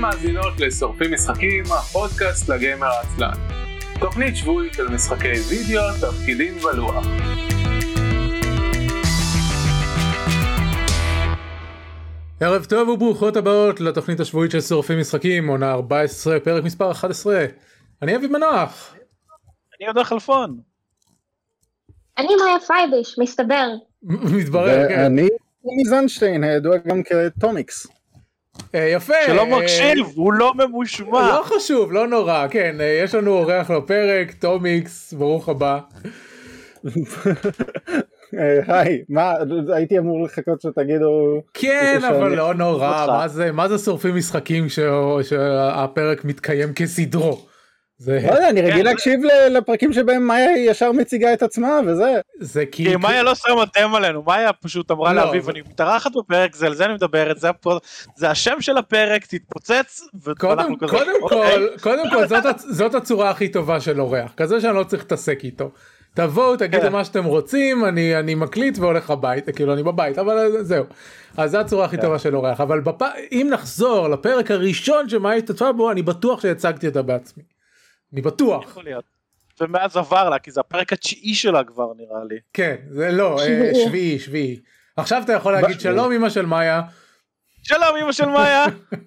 מאזינות לשורפים משחקים, הפודקאסט לגיימר העצלן. תוכנית שבועית של משחקי וידאו, תפקידים ולוח. ערב טוב וברוכות הבאות לתוכנית השבועית של שורפים משחקים, עונה 14, פרק מספר 11. אני אביב מנוח. אני יודע חלפון. אני מאיה פייביש, מסתבר. מתברר, כן. ואני מיזנשטיין, הידוע גם כטומיקס. יפה. שלא מקשיב, הוא לא ממושמע. לא חשוב, לא נורא, כן. יש לנו אורח לפרק, טומיקס, ברוך הבא. היי, מה, הייתי אמור לחכות שתגידו... כן, אבל לא נורא, מה זה שורפים משחקים שהפרק מתקיים כסדרו? לא יודע, אני רגיל להקשיב לפרקים שבהם מאיה ישר מציגה את עצמה וזה. זה כי מאיה לא שמה דם עלינו, מאיה פשוט אמרה לאביב, אני מתארחת בפרק, זה על זה אני מדברת, זה השם של הפרק, תתפוצץ, קודם כל, זאת הצורה הכי טובה של אורח, כזה שאני לא צריך להתעסק איתו. תבואו, תגידו מה שאתם רוצים, אני מקליט והולך הביתה, כאילו אני בבית, אבל זהו. אז זו הצורה הכי טובה של אורח, אבל אם נחזור לפרק הראשון שמאיה השתתפה בו, אני בטוח שהצגתי אותה בעצמי. אני בטוח. יכול להיות. ומאז עבר לה, כי זה הפרק התשיעי שלה כבר נראה לי. כן, זה לא, שביעי. עכשיו אתה יכול להגיד שלום אמא של מאיה. שלום אמא של מאיה.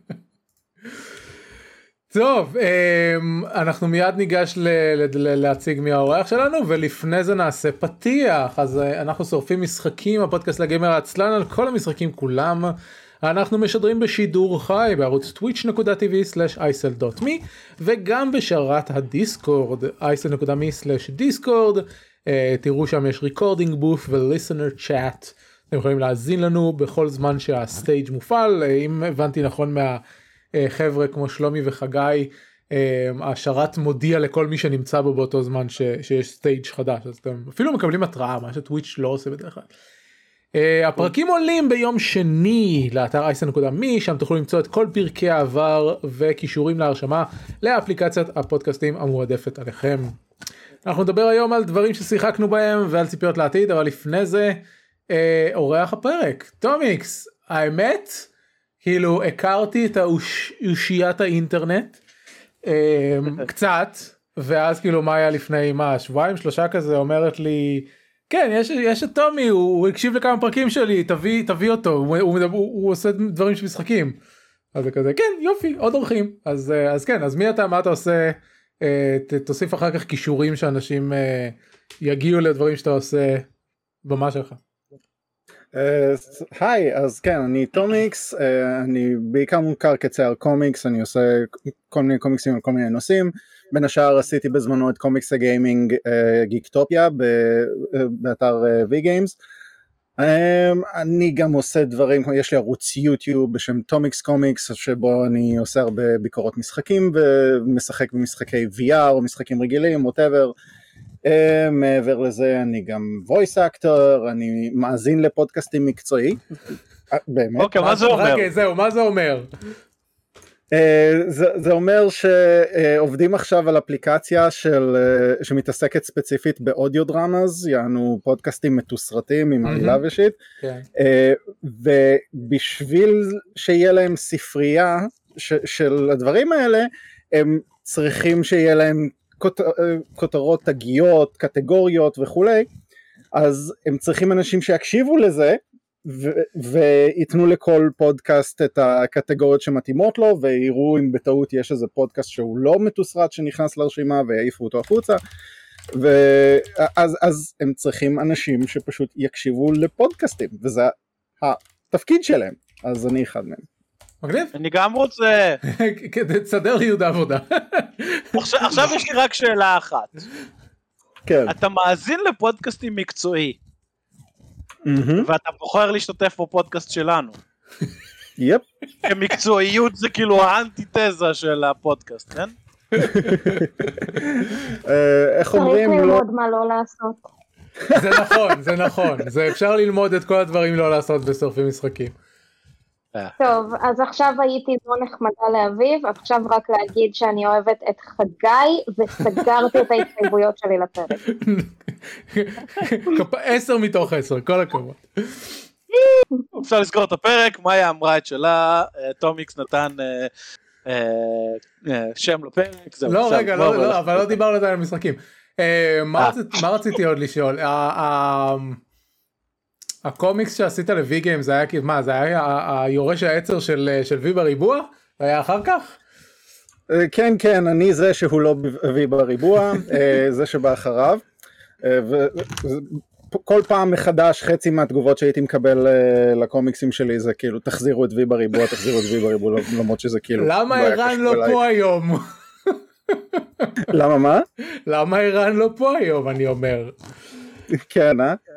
טוב, אנחנו מיד ניגש להציג מי האורח שלנו, ולפני זה נעשה פתיח. אז אנחנו שורפים משחקים, הפודקאסט לגיימר העצלן על כל המשחקים כולם. אנחנו משדרים בשידור חי בערוץ twitch.tv/isel.me וגם בשרת הדיסקורד isel.me/discord. תראו שם יש ריקורדינג בוף וליסנר צ'אט. אתם יכולים להאזין לנו בכל זמן שהסטייג' מופעל. אם הבנתי נכון מהחבר'ה כמו שלומי וחגי, השרת מודיע לכל מי שנמצא בו באותו זמן שיש סטייג' חדש, אז אתם אפילו מקבלים התראה, מה שטוויץ' לא עושה בדרך כלל. הפרקים עולים ביום שני לאתר isel.me, שם תוכלו למצוא את כל פרקי העבר וקישורים להרשמה לאפליקציית הפודקאסטים המועדפת עליכם. אנחנו נדבר היום על דברים ששיחקנו בהם ועל ציפיות לעתיד, אבל לפני זה אורח הפרק, טומיקס. האמת, כאילו הכרתי את אושיית האינטרנט קצת, ואז כאילו מה היה לפני שבועיים שלושה כזה אומרת לי, כן, יש את טומי, הוא הקשיב לכמה פרקים שלי, תביא אותו, הוא עושה דברים שמשחקים. אז זה כזה, כן, יופי, עוד אורחים. אז כן, אז מי אתה, מה אתה עושה? תוסיף אחר כך קישורים שאנשים יגיעו לדברים שאתה עושה, במה שלך. היי, אז כן, אני טומיקס, אני בעיקר מוכר כצייר קומיקס, אני עושה כל מיני קומיקסים על כל מיני נושאים. בין השאר עשיתי בזמנו את קומיקס הגיימינג גיקטופיה באתר V-Games. אני גם עושה דברים, יש לי ערוץ יוטיוב בשם טומיקס קומיקס, שבו אני עושה הרבה ביקורות משחקים ומשחק במשחקי VR או משחקים רגילים, whatever. מעבר לזה אני גם voice actor, אני מאזין לפודקאסטים מקצועי. באמת? אוקיי, מה זה אומר? זהו, מה זה אומר? זה אומר שעובדים עכשיו על אפליקציה שמתעסקת ספציפית באודיו דרמאז, יענו פודקאסטים מתוסרטים עם עלילה ושיט, ובשביל שיהיה להם ספרייה של הדברים האלה, הם צריכים שיהיה להם כותרות, תגיות, קטגוריות וכולי, אז הם צריכים אנשים שיקשיבו לזה, ויתנו לכל פודקאסט את הקטגוריות שמתאימות לו, ויראו אם בטעות יש איזה פודקאסט שהוא לא מתוסרט שנכנס לרשימה ויעיפו אותו החוצה, ואז הם צריכים אנשים שפשוט יקשיבו לפודקאסטים, וזה התפקיד שלהם, אז אני אחד מהם. מגניב? אני גם רוצה. תסדר לי יהודה עבודה. עכשיו יש לי רק שאלה אחת. כן. אתה מאזין לפודקאסטים מקצועי, ואתה בוחר להשתתף בפודקאסט שלנו. יפ. מקצועיות זה כאילו האנטיתזה של הפודקאסט, כן? איך אומרים? צריך ללמוד מה לא לעשות. זה נכון. זה אפשר ללמוד את כל הדברים לא לעשות בשורפים משחקים. טוב, אז עכשיו הייתי לא נחמדה לאביב, עכשיו רק להגיד שאני אוהבת את חגי, וסגרתי את ההתחייבויות שלי לפרק. 10 מתוך 10, כל הכבוד. אפשר לזכור את הפרק, מאיה אמרה את שלה, טומיקס נתן שם לפרק. לא רגע, אבל לא דיברנו עדיין על משחקים. מה רציתי עוד לשאול? הקומיקס שעשית לוי גיים זה היה מה, זה היה היורש העצר של וי בריבוע? זה היה אחר כך? כן, כן, אני זה שהוא לא וי בריבוע, זה שבא אחריו, וכל פעם מחדש חצי מהתגובות שהייתי מקבל לקומיקסים שלי זה כאילו תחזירו את וי בריבוע, תחזירו את וי בריבוע, למרות שזה כאילו... למה ערן לא פה היום? למה מה? למה ערן לא פה היום, אני אומר. כן,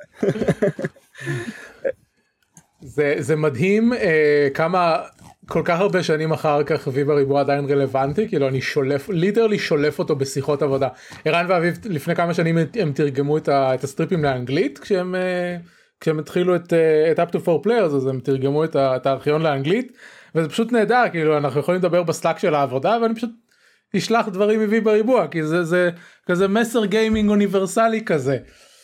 זה מדהים כמה כל כך הרבה שנים אחר כך וי בריבוע עדיין רלוונטי, כאילו אני ליטרלי שולף אותו בשיחות עבודה. ערן ואביב לפני כמה שנים הם תרגמו את הסטריפים לאנגלית, כשהם התחילו את Up to 4 Players, אז הם תרגמו את הארכיון לאנגלית, וזה פשוט נהדר, כאילו אנחנו יכולים לדבר בסלאק של העבודה, ואני פשוט אשלח דברים מוי בריבוע, כי זה כזה מסר גיימינג אוניברסלי כזה.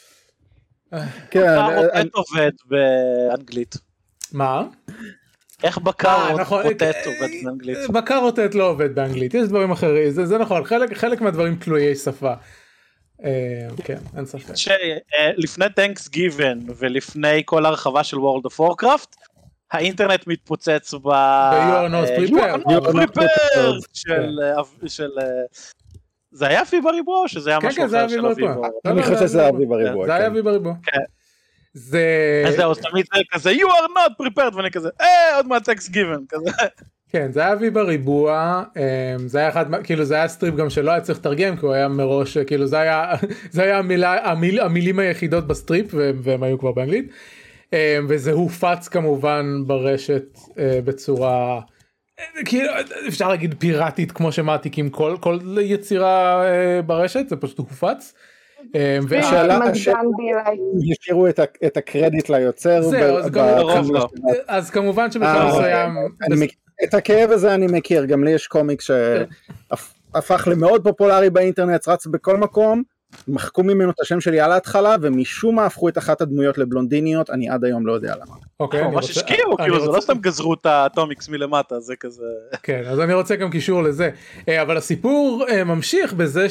בקר רוטט עובד באנגלית. מה? איך בקר רוטט עובד באנגלית? בקר רוטט לא עובד באנגלית, יש דברים אחרים, זה נכון, חלק מהדברים תלויי שפה. כן, אין ספק. לפני Thanksgiving ולפני כל הרחבה של World of Warcraft, האינטרנט מתפוצץ ב... You are not prepared של... זה היה וי בריבוע או שזה היה משהו אחר של הוויבו? אני חושב שזה היה וי בריבוע. זה היה וי בריבוע. אז זהו, תמיד זה כזה you are not prepared ואני כזה עוד מעט Thanksgiving כזה. כן, זה היה וי בריבוע, זה היה אחד, כאילו זה היה סטריפ גם שלא היה צריך לתרגם, כי הוא היה מראש, כאילו זה היה המילים היחידות בסטריפ, והם היו כבר באנגלית, וזה הופץ כמובן ברשת בצורה, כאילו אפשר להגיד פיראטית, כמו שמעתיקים כל יצירה ברשת, זה פשוט הופץ. ישירו את הקרדיט ליוצר. אז כמובן שבשלב מסוים... את הכאב הזה אני מכיר, גם לי יש קומיק שהפך למאוד פופולרי באינטרנט, רץ בכל מקום, מחקו ממנו את השם שלי על ההתחלה, ומשום מה הפכו את אחת הדמויות לבלונדיניות, אני עד היום לא יודע למה. ממש השקיעו, כאילו זה לא סתם גזרו את הקומיקס מלמטה, זה כזה... כן, אז אני רוצה גם קישור לזה, אבל הסיפור ממשיך בזה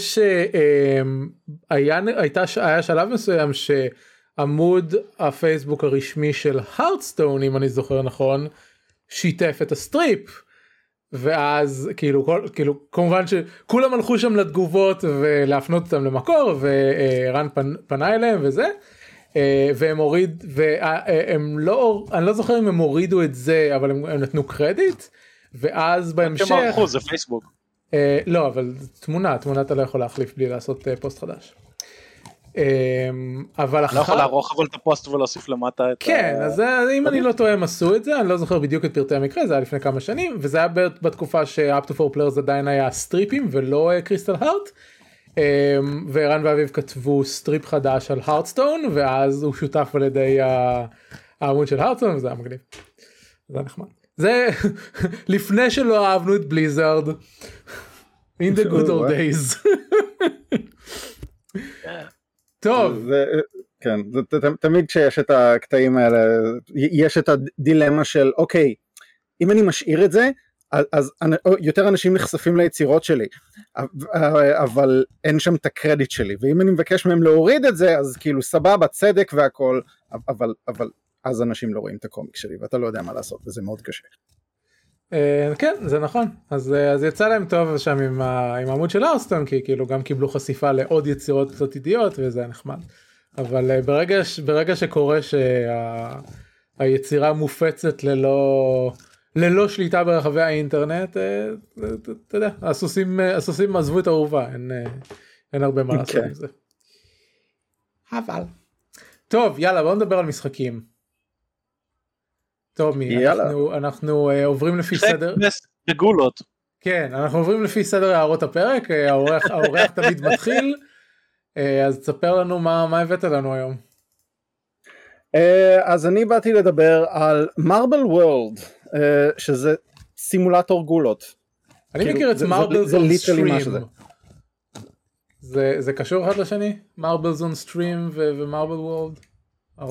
שהיה שלב מסוים שעמוד הפייסבוק הרשמי של הרדסטון, אם אני זוכר נכון, שיתף את הסטריפ, ואז כאילו כמובן שכולם הלכו שם לתגובות ולהפנות אותם למקור, ורן פנה אליהם וזה, והם הוריד, והם לא, אני לא זוכר אם הם הורידו את זה, אבל הם נתנו קרדיט, ואז בהמשך... זה פייסבוק. לא, אבל תמונה אתה לא יכול להחליף בלי לעשות פוסט חדש. אבל לא יכול לערוך אבל את הפוסט ולהוסיף למטה את... כן, אז אם אני לא טועה הם עשו את זה, אני לא זוכר בדיוק את פרטי המקרה, זה היה לפני כמה שנים, וזה היה בתקופה ש-Up to 4 Players עדיין היה סטריפים ולא קריסטל הארט, וערן ואביב כתבו סטריפ חדש על הרדסטון, ואז הוא שותף על ידי העמוד של הרדסטון, וזה היה מגניב. זה היה נחמד. זה לפני שלא אהבנו את בליזארד, in the good old days. טוב. כן, תמיד כשיש את הקטעים האלה, יש את הדילמה של, אוקיי, אם אני משאיר את זה, אז יותר אנשים נחשפים ליצירות שלי, אבל אין שם את הקרדיט שלי, ואם אני מבקש מהם להוריד את זה, אז כאילו סבבה, צדק והכל, אבל אז אנשים לא רואים את הקומיק שלי, ואתה לא יודע מה לעשות, וזה מאוד קשה. כן, זה נכון, אז יצא להם טוב שם עם העמוד של הרדסטון, כי כאילו גם קיבלו חשיפה לעוד יצירות עתידיות, וזה נחמד. אבל ברגע שקורה שהיצירה מופצת ללא שליטה ברחבי האינטרנט, אתה יודע, הסוסים עזבו את האהובה, אין הרבה מה לעשות עם זה. אבל. טוב, יאללה, בואו נדבר על משחקים. טוב, אנחנו עוברים לפי סדר... בגולות. כן, אנחנו עוברים לפי סדר הערות הפרק, האורח תמיד מתחיל, אז תספר לנו מה הבאת לנו היום. אז אני באתי לדבר על מרבל וורלד, שזה סימולטור גולות. אני מכיר את מרבלס און סטרים. זה קשור אחד לשני? מרבלס און סטרים ומרבל וורלד?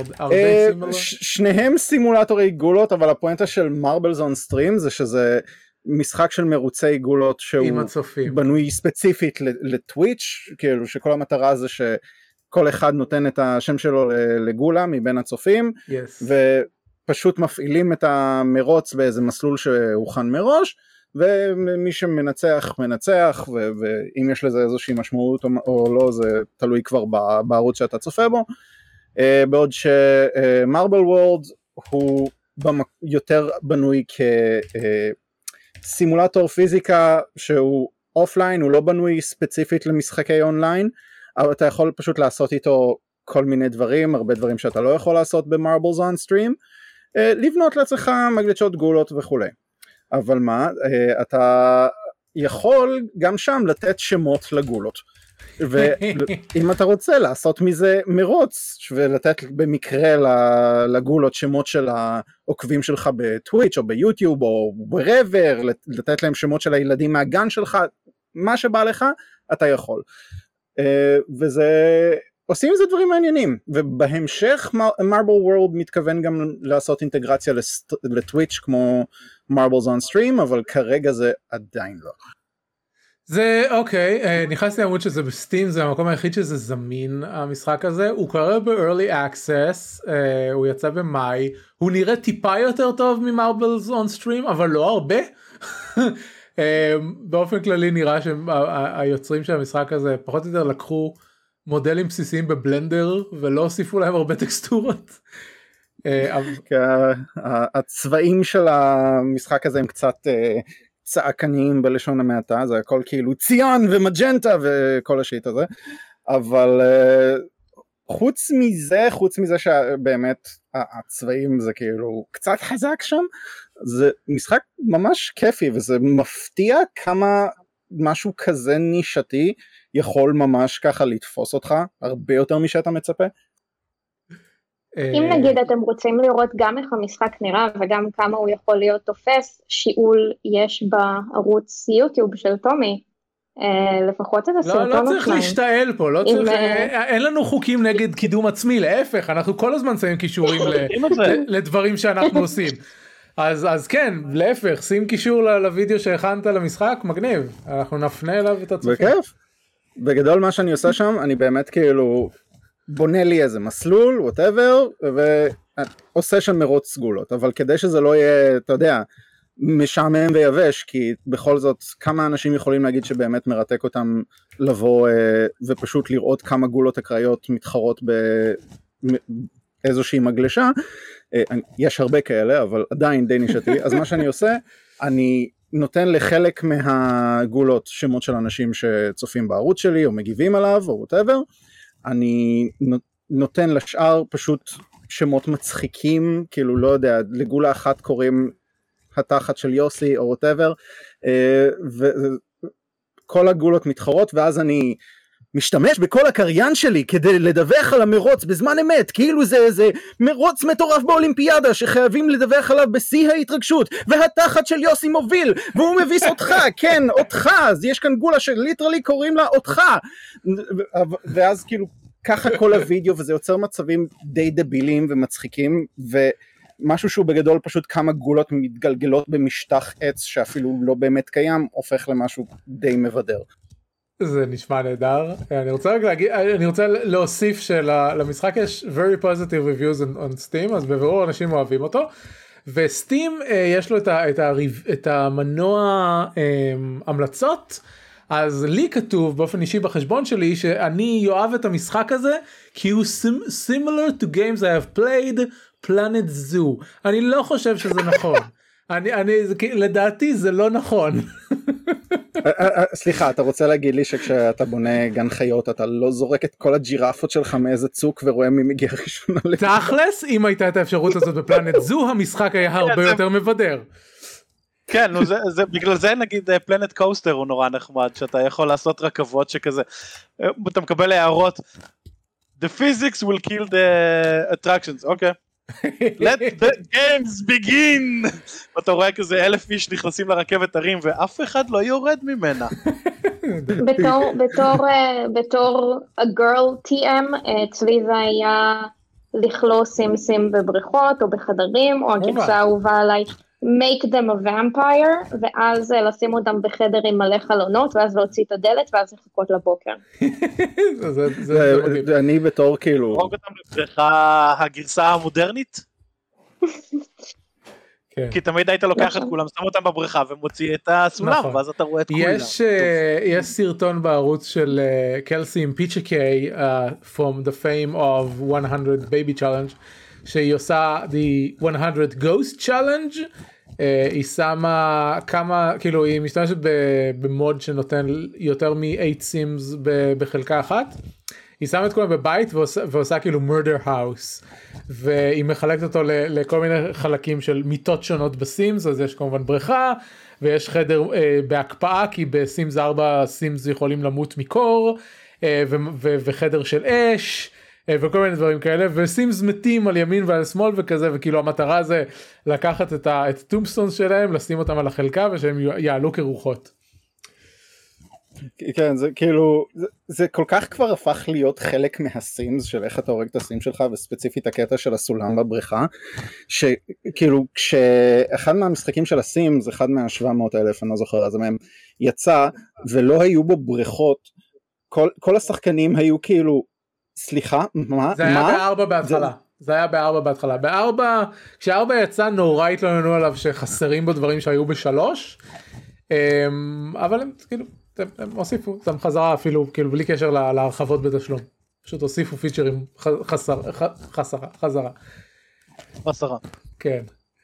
שניהם סימולטורי גולות, אבל הפואנטה של מרבלס און סטרים זה שזה משחק של מרוצי גולות שהוא בנוי ספציפית לטוויץ', כאילו שכל המטרה זה שכל אחד נותן את השם שלו לגולה מבין הצופים, ופשוט מפעילים את המרוץ באיזה מסלול שהוכן מראש, ומי שמנצח מנצח, ואם יש לזה איזושהי משמעות או לא, זה תלוי כבר בערוץ שאתה צופה בו. בעוד שמרבל וורלד הוא יותר בנוי כסימולטור פיזיקה שהוא אופליין, הוא לא בנוי ספציפית למשחקי אונליין, אבל אתה יכול פשוט לעשות איתו כל מיני דברים, הרבה דברים שאתה לא יכול לעשות במרבלס און סטרים, לבנות לעצמך מגלשות גולות וכו'. אבל מה, אתה יכול גם שם לתת שמות לגולות, ואם אתה רוצה לעשות מזה מרוץ ולתת במקרה לגולות שמות של העוקבים שלך בטוויץ' או ביוטיוב או ברבר, לתת להם שמות של הילדים מהגן שלך, מה שבא לך אתה יכול, וזה עושים איזה דברים מעניינים, ובהמשך מרבל וורלד מתכוון גם לעשות אינטגרציה לטוויץ' כמו מרבלס און סטרים, אבל כרגע זה עדיין לא. זה אוקיי, נכנסתי לעמוד שזה בסטים, זה המקום היחיד שזה זמין המשחק הזה, הוא קרא ב-early access, הוא יצא במאי, הוא נראה טיפה יותר טוב ממרבלס און סטרים, אבל לא הרבה. באופן כללי נראה שהיוצרים של המשחק הזה פחות או יותר לקחו מודלים בסיסיים בבלנדר ולא הוסיפו להם הרבה טקסטורות. הצבעים של המשחק הזה הם קצת צעקניים בלשון המעטה, זה הכל כאילו ציון ומג'נטה וכל השיט הזה, אבל חוץ מזה שבאמת הצבעים זה כאילו קצת חזק שם, זה משחק ממש כיפי, וזה מפתיע כמה משהו כזה נישתי יכול ממש ככה לתפוס אותך, הרבה יותר משאתה מצפה. אם נגיד אתם רוצים לראות גם איך המשחק נראה וגם כמה הוא יכול להיות תופס, שיעול יש בערוץ יוטיוב של טומי, לפחות איזה סרטון. לא צריך להשתעל פה, אין לנו חוקים נגד קידום עצמי, להפך, אנחנו כל הזמן שמים קישורים לדברים שאנחנו עושים. אז כן, להפך, שים קישור לוידאו שהכנת למשחק, מגניב, אנחנו נפנה אליו את הצופים. בכיף, בגדול מה שאני עושה שם, אני באמת כאילו בונה לי איזה מסלול, whatever, ועושה שם מרוץ סגולות, אבל כדי שזה לא יהיה, אתה יודע, משעמם ויבש, כי בכל זאת כמה אנשים יכולים להגיד שבאמת מרתק אותם לבוא ופשוט לראות כמה גולות אקראיות מתחרות באיזושהי מגלשה, יש הרבה כאלה, אבל עדיין די נישתי, אז מה שאני עושה, אני נותן לחלק מהגולות שמות של אנשים שצופים בערוץ שלי, או מגיבים עליו, או whatever, אני נותן לשאר פשוט שמות מצחיקים, כאילו לא יודע, לגולה אחת קוראים התחת של יוסי, או whatever, וכל הגולות מתחרות, ואז אני משתמש בכל הקריין שלי כדי לדווח על המרוץ בזמן אמת, כאילו זה מרוץ מטורף באולימפיאדה שחייבים לדווח עליו בשיא ההתרגשות, והתחת של יוסי מוביל והוא מביס אותך, כן אותך, אז יש כאן גולה שליטרלי קוראים לה אותך, ואז כאילו ככה כל הוידאו, וזה יוצר מצבים די דבילים ומצחיקים, ומשהו שהוא בגדול פשוט כמה גולות מתגלגלות במשטח עץ שאפילו לא באמת קיים, הופך למשהו די מבדר. זה נשמע נהדר. אני רוצה רק להגיד, אני רוצה להוסיף שלמשחק יש very positive reviews on Steam, אז בבירור אנשים אוהבים אותו, וסטים יש לו את המנוע המלצות, אז לי כתוב באופן אישי בחשבון שלי שאני יאהב את המשחק הזה כי הוא similar to games I have played Planet Zoo. אני לא חושב שזה נכון. לדעתי זה לא נכון. סליחה, אתה רוצה להגיד לי שכשאתה בונה גן חיות אתה לא זורק את כל הג'ירפות שלך מאיזה צוק ורואה מי מגיע ראשון? תכלס, אם הייתה את האפשרות הזאת בפלנט זו, המשחק היה הרבה יותר מבדר. כן, בגלל זה נגיד פלנט קוסטר הוא נורא נחמד, שאתה יכול לעשות רכבות שכזה, אתה מקבל הערות, the physics will kill the attractions, אוקיי. Let the games begin. ואתה רואה כזה 1,000 איש נכנסים לרכבת הרים ואף אחד לא יורד ממנה. בתור a girl TM אצלי זה היה לכלוא סימסים בבריכות או בחדרים, או הגרסה האהובה עליי make them a vampire, ואז לשים אותם בחדר עם מלא חלונות, ואז להוציא את הדלת, ואז לחכות לבוקר. אני בתור כאילו... רוג אותם לבריכה הגרסה המודרנית? כי תמיד היית לוקח את כולם, שם אותם בבריכה ומוציא את הסולם, ואז אתה רואה את כולם. יש סרטון בערוץ של קלסי עם פיצ'ה קיי, from the fame of 100 baby challenge, שהיא עושה the 100 ghost challenge, היא שמה כמה, כאילו היא משתמשת במוד שנותן יותר מ-8 sims בחלקה אחת, היא שמה את כולם בבית ועושה כאילו murder house, והיא מחלקת אותו לכל מיני חלקים של מיטות שונות בסימס, אז יש כמובן בריכה, ויש חדר בהקפאה, כי בסימס 4 סימס יכולים למות מקור, וחדר של אש, וכל מיני דברים כאלה, וסימס מתים על ימין ועל שמאל וכזה, וכאילו המטרה זה לקחת את הטומסטונס שלהם, לשים אותם על החלקה, ושהם יעלו כרוחות. כן, זה כאילו, זה כל כך כבר הפך להיות חלק מהסימס של איך אתה הורג את הסימס שלך, וספציפית הקטע של הסולם בבריכה, שכאילו כשאחד מהמשחקים של הסימס, אחד מה-700,000, אני לא זוכר, אז מהם יצא, ולא היו בו בריכות, כל השחקנים היו כאילו, סליחה, מה? זה היה ב4 בהתחלה. זה היה ב4 בהתחלה. כש4 יצא נורא התלוננו עליו שחסרים בו דברים שהיו ב3, אבל הם כאילו, הם הוסיפו אותם חזרה אפילו, כאילו בלי קשר להרחבות בתשלום. פשוט הוסיפו פיצ'רים חזרה. כן.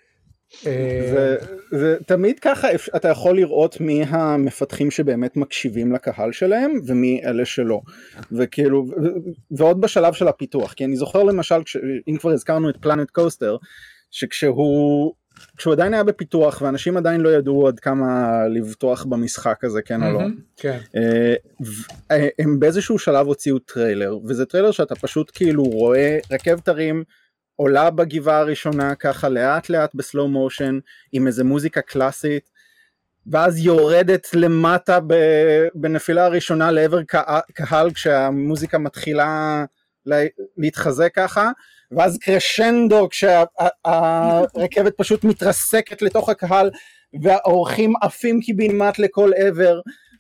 זה תמיד ככה, אתה יכול לראות מי המפתחים שבאמת מקשיבים לקהל שלהם ומי אלה שלא, וכאילו, ועוד בשלב של הפיתוח, כי אני זוכר למשל, אם כבר הזכרנו את פלנט קוסטר, שכשהוא עדיין היה בפיתוח ואנשים עדיין לא ידעו עד כמה לבטוח במשחק הזה, כן או לא, כן. הם באיזשהו שלב הוציאו טריילר, וזה טריילר שאתה פשוט כאילו רואה רכבת הרים עולה בגבעה הראשונה ככה לאט לאט בסלואו מושן עם איזה מוזיקה קלאסית, ואז יורדת למטה בנפילה הראשונה לעבר קהל כשהמוזיקה מתחילה להתחזק ככה, ואז קרשנדו כשהרכבת פשוט מתרסקת לתוך הקהל והאורחים עפים קיבינימט לכל עבר,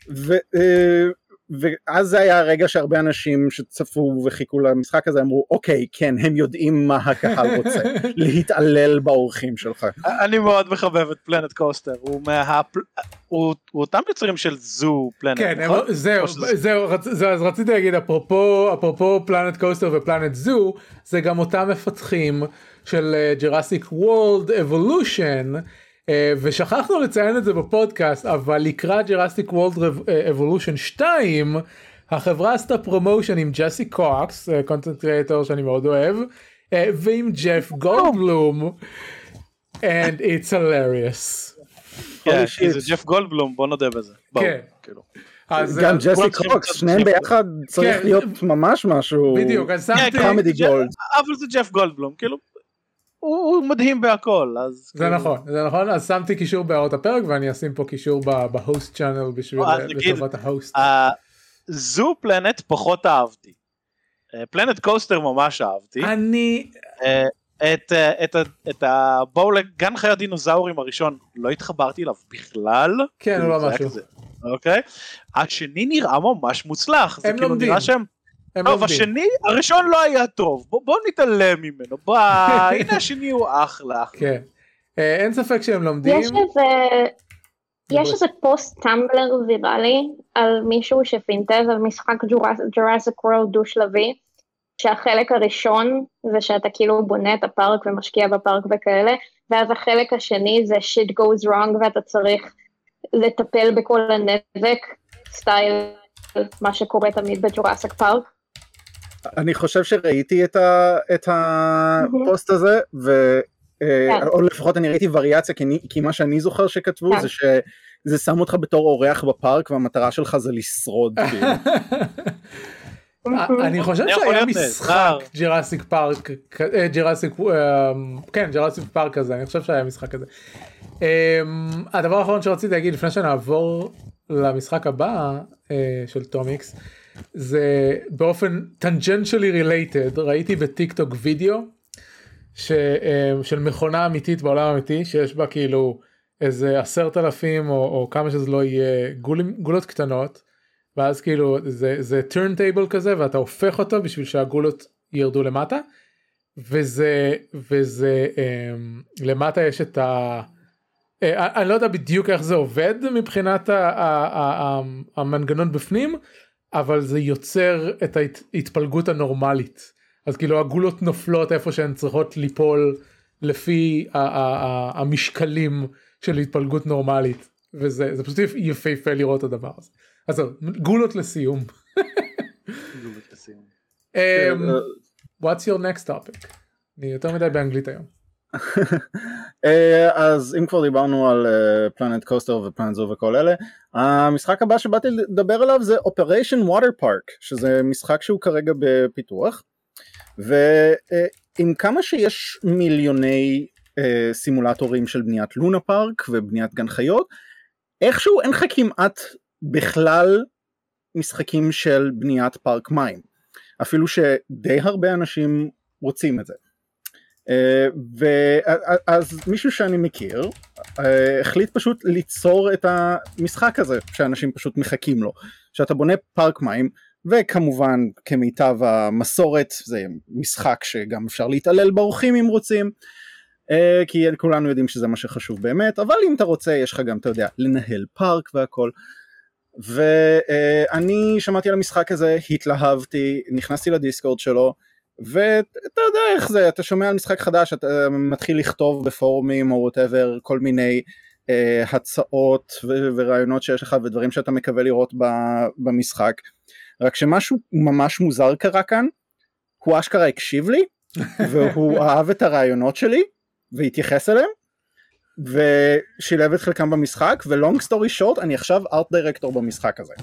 ואז זה היה הרגע שהרבה אנשים שצפו וחיכו למשחק הזה אמרו אוקיי, כן, הם יודעים מה הקהל רוצה, להתעלל באורחים שלך. אני מאוד מחבב את פלנט קוסטר, הוא אותם יוצרים של זו פלנט. כן, זהו, אז רציתי להגיד, אפרופו פלנט קוסטר ופלנט זו, זה גם אותם מפתחים של ג'ראסיק וורלד אבולושן, ושכחנו לציין את זה בפודקאסט, אבל לקראת ג'ראסיק וורלד אבולושן 2, החברה עשתה פרומושן עם ג'סי קוקס, קונטנט קריאטור שאני מאוד אוהב, ועם ג'ף גולדבלום, and it's hilarious. כן, כי זה ג'ף גולדבלום, בוא נודה בזה. כן. גם ג'סי קוקס, שניהם ביחד צריך להיות ממש משהו, בדיוק, אז שמתי, אבל זה ג'ף גולדבלום, כאילו, הוא מדהים בהכל, אז זה נכון, אז שמתי קישור בהערות הפרק, ואני אשים פה קישור בהוסט צ'אנל בשביל לטובת ההוסט. זו פלנט פחות אהבתי, פלנט קוסטר ממש אהבתי. אני את בואו לגן חיות דינוזאורים הראשון לא התחברתי אליו בכלל, כן, הוא לא משהו, אוקיי, השני נראה ממש מוצלח, זה כאילו נראה שהם טוב, השני, הראשון לא היה טוב, בוא נתעלם ממנו, הנה השני הוא אחלה. כן, אין ספק שהם לומדים. יש איזה פוסט טמבלר ויראלי על מישהו שפינטז על משחק ג'ורסיק וורלד דו שלבי, שהחלק הראשון זה שאתה כאילו בונה את הפארק ומשקיע בפארק וכאלה, ואז החלק השני זה shit goes wrong ואתה צריך לטפל בכל הנזק, סטייל מה שקורה תמיד בג'ורסיק פארק. אני חושב שראיתי את הפוסט הזה, או לפחות אני ראיתי וריאציה, כי מה שאני זוכר שכתבו זה שזה שם אותך בתור אורח בפארק, והמטרה שלך זה לשרוד. אני חושב שהיה משחק ג'ראסיק פארק, כן, ג'ראסיק פארק כזה, אני חושב שהיה משחק כזה. הדבר האחרון שרציתי להגיד לפני שנעבור למשחק הבא של טומיקס, זה באופן tangentially related, ראיתי בטיק טוק וידאו של מכונה אמיתית בעולם אמיתי, שיש בה כאילו איזה 10,000 או כמה שזה לא יהיה גולות קטנות, ואז כאילו זה turntable כזה, ואתה הופך אותו בשביל שהגולות ירדו למטה, וזה למטה יש את אני לא יודע בדיוק איך זה עובד מבחינת המנגנון בפנים, אבל זה יוצר את ההתפלגות הנורמלית. אז כאילו הגולות נופלות איפה שהן צריכות ליפול לפי המשקלים של התפלגות נורמלית, וזה פשוט יפהפה לראות את הדבר הזה. אז גולות לסיום. גולות לסיום. What's your next topic? אני יותר מדי באנגלית היום. אז אם כבר דיברנו על פלנט קוסטר ופלנט זו וכל אלה, המשחק הבא שבאתי לדבר עליו זה Operation Water Park, שזה משחק שהוא כרגע בפיתוח, ועם כמה שיש מיליוני סימולטורים של בניית לונה פארק ובניית גן חיות, איכשהו אין לך כמעט בכלל משחקים של בניית פארק מים, אפילו שדי הרבה אנשים רוצים את זה. ואז מישהו שאני מכיר החליט פשוט ליצור את המשחק הזה שאנשים פשוט מחכים לו, שאתה בונה פארק מים, וכמובן כמיטב המסורת זה משחק שגם אפשר להתעלל באורחים אם רוצים, כי כולנו יודעים שזה מה שחשוב באמת, אבל אם אתה רוצה יש לך גם, אתה יודע, לנהל פארק והכל. ואני שמעתי על המשחק הזה, התלהבתי, נכנסתי לדיסקורד שלו, ואתה יודע איך זה, אתה שומע על משחק חדש, אתה מתחיל לכתוב בפורומים או whatever, כל מיני הצעות ורעיונות שיש לך ודברים שאתה מקווה לראות במשחק, רק שמשהו ממש מוזר קרה כאן, הוא אשכרה הקשיב לי, והוא אהב את הרעיונות שלי, והתייחס אליהם, ושילב את חלקם במשחק, ולונג סטורי שורט, אני עכשיו ארט דירקטור במשחק הזה.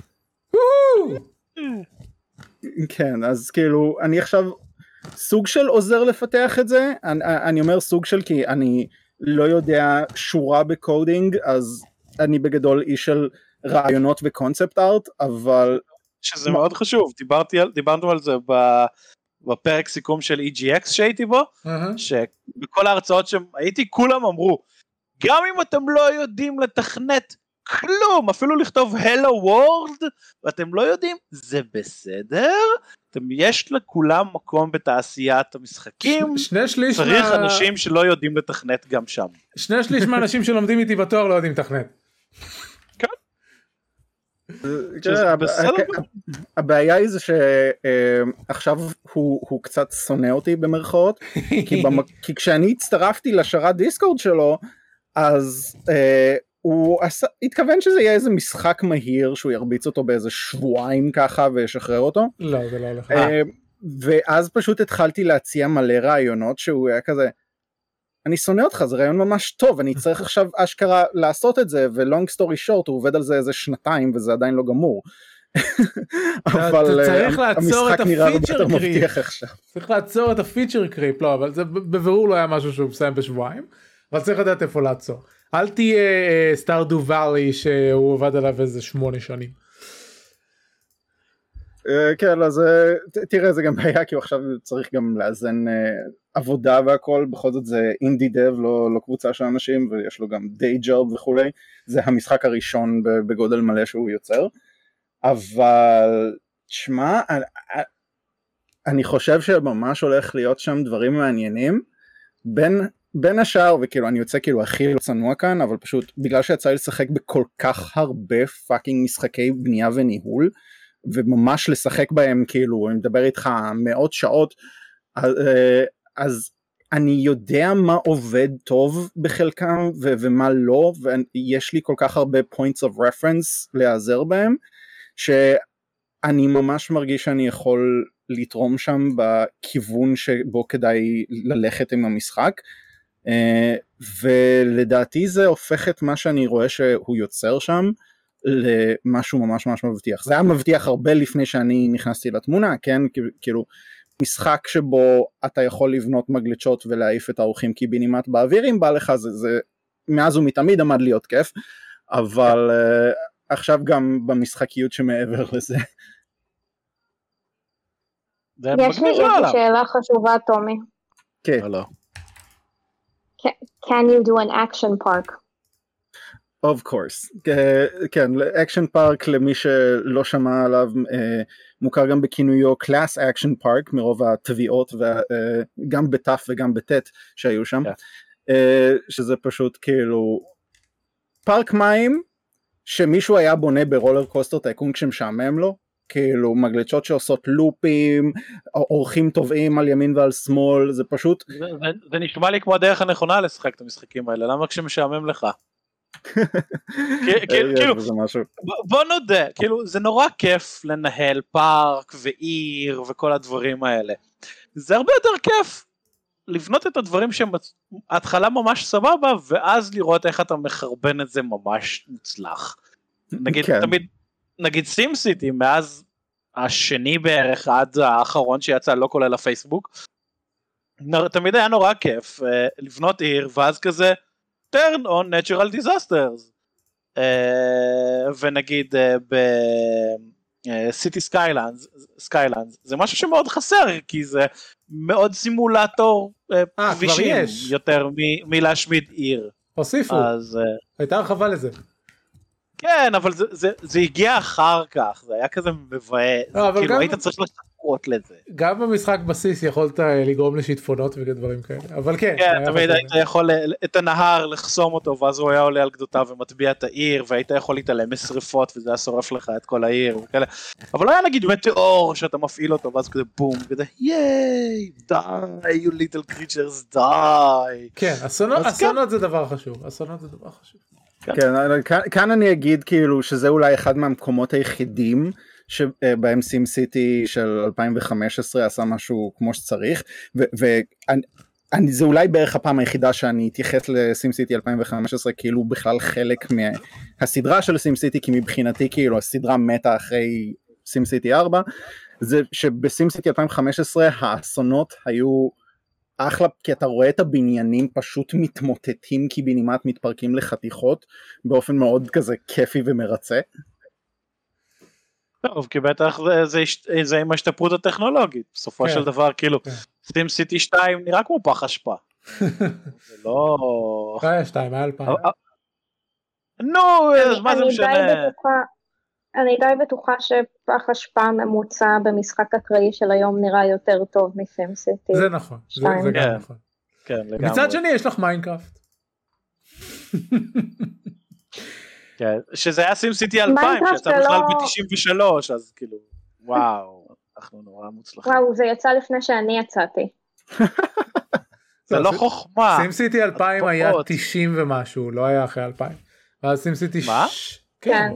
כן, אז כאילו, אני עכשיו סוג של עוזר לפתח את זה, אני אומר סוג של כי אני לא יודע שורה בקודינג, אז אני בגדול איש של רעיונות וקונספט ארט, אבל... שזה מאוד חשוב, דיברנו על זה בפרק סיכום של EGX שהייתי בו, שבכל ההרצאות שהייתי כולם אמרו, גם אם אתם לא יודעים לתכנת כלום, אפילו לכתוב Hello World, ואתם לא יודעים, זה בסדר, יש לכולם מקום בתעשיית המשחקים, צריך אנשים שלא יודעים לתכנת גם שם. 2/3 מהאנשים שלומדים איתי בתואר לא יודעים לתכנת. הבעיה היא זה שעכשיו הוא קצת שונא אותי במרכאות, כי כשאני הצטרפתי לשרת דיסקורד שלו, אז הוא התכוון שזה יהיה איזה משחק מהיר, שהוא ירביץ אותו באיזה שבועיים ככה וישחרר אותו. לא, זה לא הולך. ואז פשוט התחלתי להציע מלא רעיונות, שהוא היה כזה, אני שונא אותך, זה רעיון ממש טוב, אני צריך עכשיו אשכרה לעשות את זה, ולונג סטורי שורט, הוא עובד על זה איזה 2 וזה עדיין לא גמור. אבל המשחק נראה הרבה יותר מבטיח עכשיו. צריך לעצור את הפיצ'ר קריפ, לא, אבל זה בבירור לא היה משהו שהוא מסיים בשבועיים, אבל צריך לדעת איפה לעצור. אל תהיה סטארדו ואלי שהוא עובד עליו איזה 8 שנים. כן, אז תראה, זה גם בעיה, כי הוא עכשיו צריך גם לאזן עבודה והכל, בכל זאת זה אינדי דב, לא קבוצה של אנשים, ויש לו גם דיי ג'וב וכולי, זה המשחק הראשון בגודל מלא שהוא יוצר, אבל תשמע, אני חושב שממש הולך להיות שם דברים מעניינים, בין השאר, וכאילו אני יוצא כאילו הכי לא צנוע כאן, אבל פשוט בגלל שיצא לי לשחק בכל כך הרבה פאקינג משחקי בנייה וניהול, וממש לשחק בהם כאילו, אני מדבר איתך מאות שעות, אז אני יודע מה עובד טוב בחלקם ומה לא, ויש לי כל כך הרבה points of reference להיעזר בהם, שאני ממש מרגיש שאני יכול לתרום שם בכיוון שבו כדאי ללכת עם המשחק, ולדעתי זה הופך את מה שאני רואה שהוא יוצר שם, למשהו ממש ממש מבטיח. זה היה מבטיח הרבה לפני שאני נכנסתי לתמונה, כן? כאילו, משחק שבו אתה יכול לבנות מגלצ'ות ולהעיף את האורחים קיבינימט באוויר, אם בא לך, זה מאז ומתמיד עמד להיות כיף, אבל עכשיו גם במשחקיות שמעבר לזה. יש לי שאלה חשובה, תומי. כן. Can you do an action park? Of course, כן, אקשן פארק למי שלא שמע עליו מוכר גם בכינויו קלאס אקשן פארק מרוב התביעות גם בתף וגם בתת שהיו שם, שזה פשוט כאילו פארק מים שמישהו היה בונה ברולר קוסטר טייקון כשמשעמם לו, כאילו מגלצ'ות שעושות לופים, אורחים טובעים על ימין ועל שמאל, זה פשוט זה נשמע לי כמו הדרך הנכונה לשחק את המשחקים האלה, למה כשמשעמם לך? כאילו בוא נודה, כאילו זה נורא כיף לנהל פארק ועיר וכל הדברים האלה, זה הרבה יותר כיף לבנות את הדברים שהם התחלה ממש סבבה ואז לראות איך אתה מחרבן את זה ממש מוצלח. נגיד תמיד, נגיד סים סיטי מאז השני בערך עד האחרון שיצא לא כולל הפייסבוק, תמיד היה נורא כיף לבנות עיר ואז כזה turn on natural disasters, ונגיד ב-City Skylines זה משהו שמאוד חסר כי זה מאוד סימולטור כבישים יותר מלהשמיד עיר. הוסיפו, הייתה הרחבה לזה. כן, אבל זה הגיע אחר כך, זה היה כזה מבאס, כאילו היית צריך לחכות לזה. גם במשחק בסיס יכולת לגרום לשיטפונות ודברים כאלה, אבל כן. כן, תמיד היית יכול את הנהר לחסום אותו, ואז הוא היה עולה על גדותיו ומטביע את העיר, והיית יכול להתעלם משריפות, וזה היה שורף לך את כל העיר וכאלה. אבל לא היה נגיד מטאור שאתה מפעיל אותו, ואז כזה בום, כזה ייי, די, you little creatures, די. כן, אסונות זה דבר חשוב, כן, כאן אני אגיד כאילו שזה אולי אחד מהמקומות היחידים שבהם סים סיטי של 2015 עשה משהו כמו שצריך, וזה אולי בערך הפעם היחידה שאני אתייחס לסים סיטי 2015 כאילו בכלל חלק מהסדרה של סים סיטי, כי מבחינתי כאילו הסדרה מתה אחרי סים סיטי 4, זה שבסים סיטי 2015 האסונות היו אחלה, כי אתה רואה את הבניינים פשוט מתמוטטים קיבינימט, מתפרקים לחתיכות באופן מאוד כזה כיפי ומרצה. טוב, כי בטח זה עם ההשתפרות הטכנולוגית, בסופו של דבר כאילו סים סיטי 2 נראה כמו פח אשפה. זה לא... היה 2, היה 2000. נו, מה זה משנה? אני די בטוחה שפח אשפה ממוצע במשחק אקראי של היום נראה יותר טוב מסים סיטי. זה נכון, זה גם נכון. מצד שני יש לך מיינקראפט. שזה היה סים סיטי 2000 שיצא בכלל ב-93, אז כאילו וואו, אנחנו נורא מוצלחים. וואו, זה יצא לפני שאני יצאתי. זה לא חוכמה. סים סיטי 2000 היה 90 ומשהו, לא היה אחרי 2000. ואז סים סיטי... מה? כן.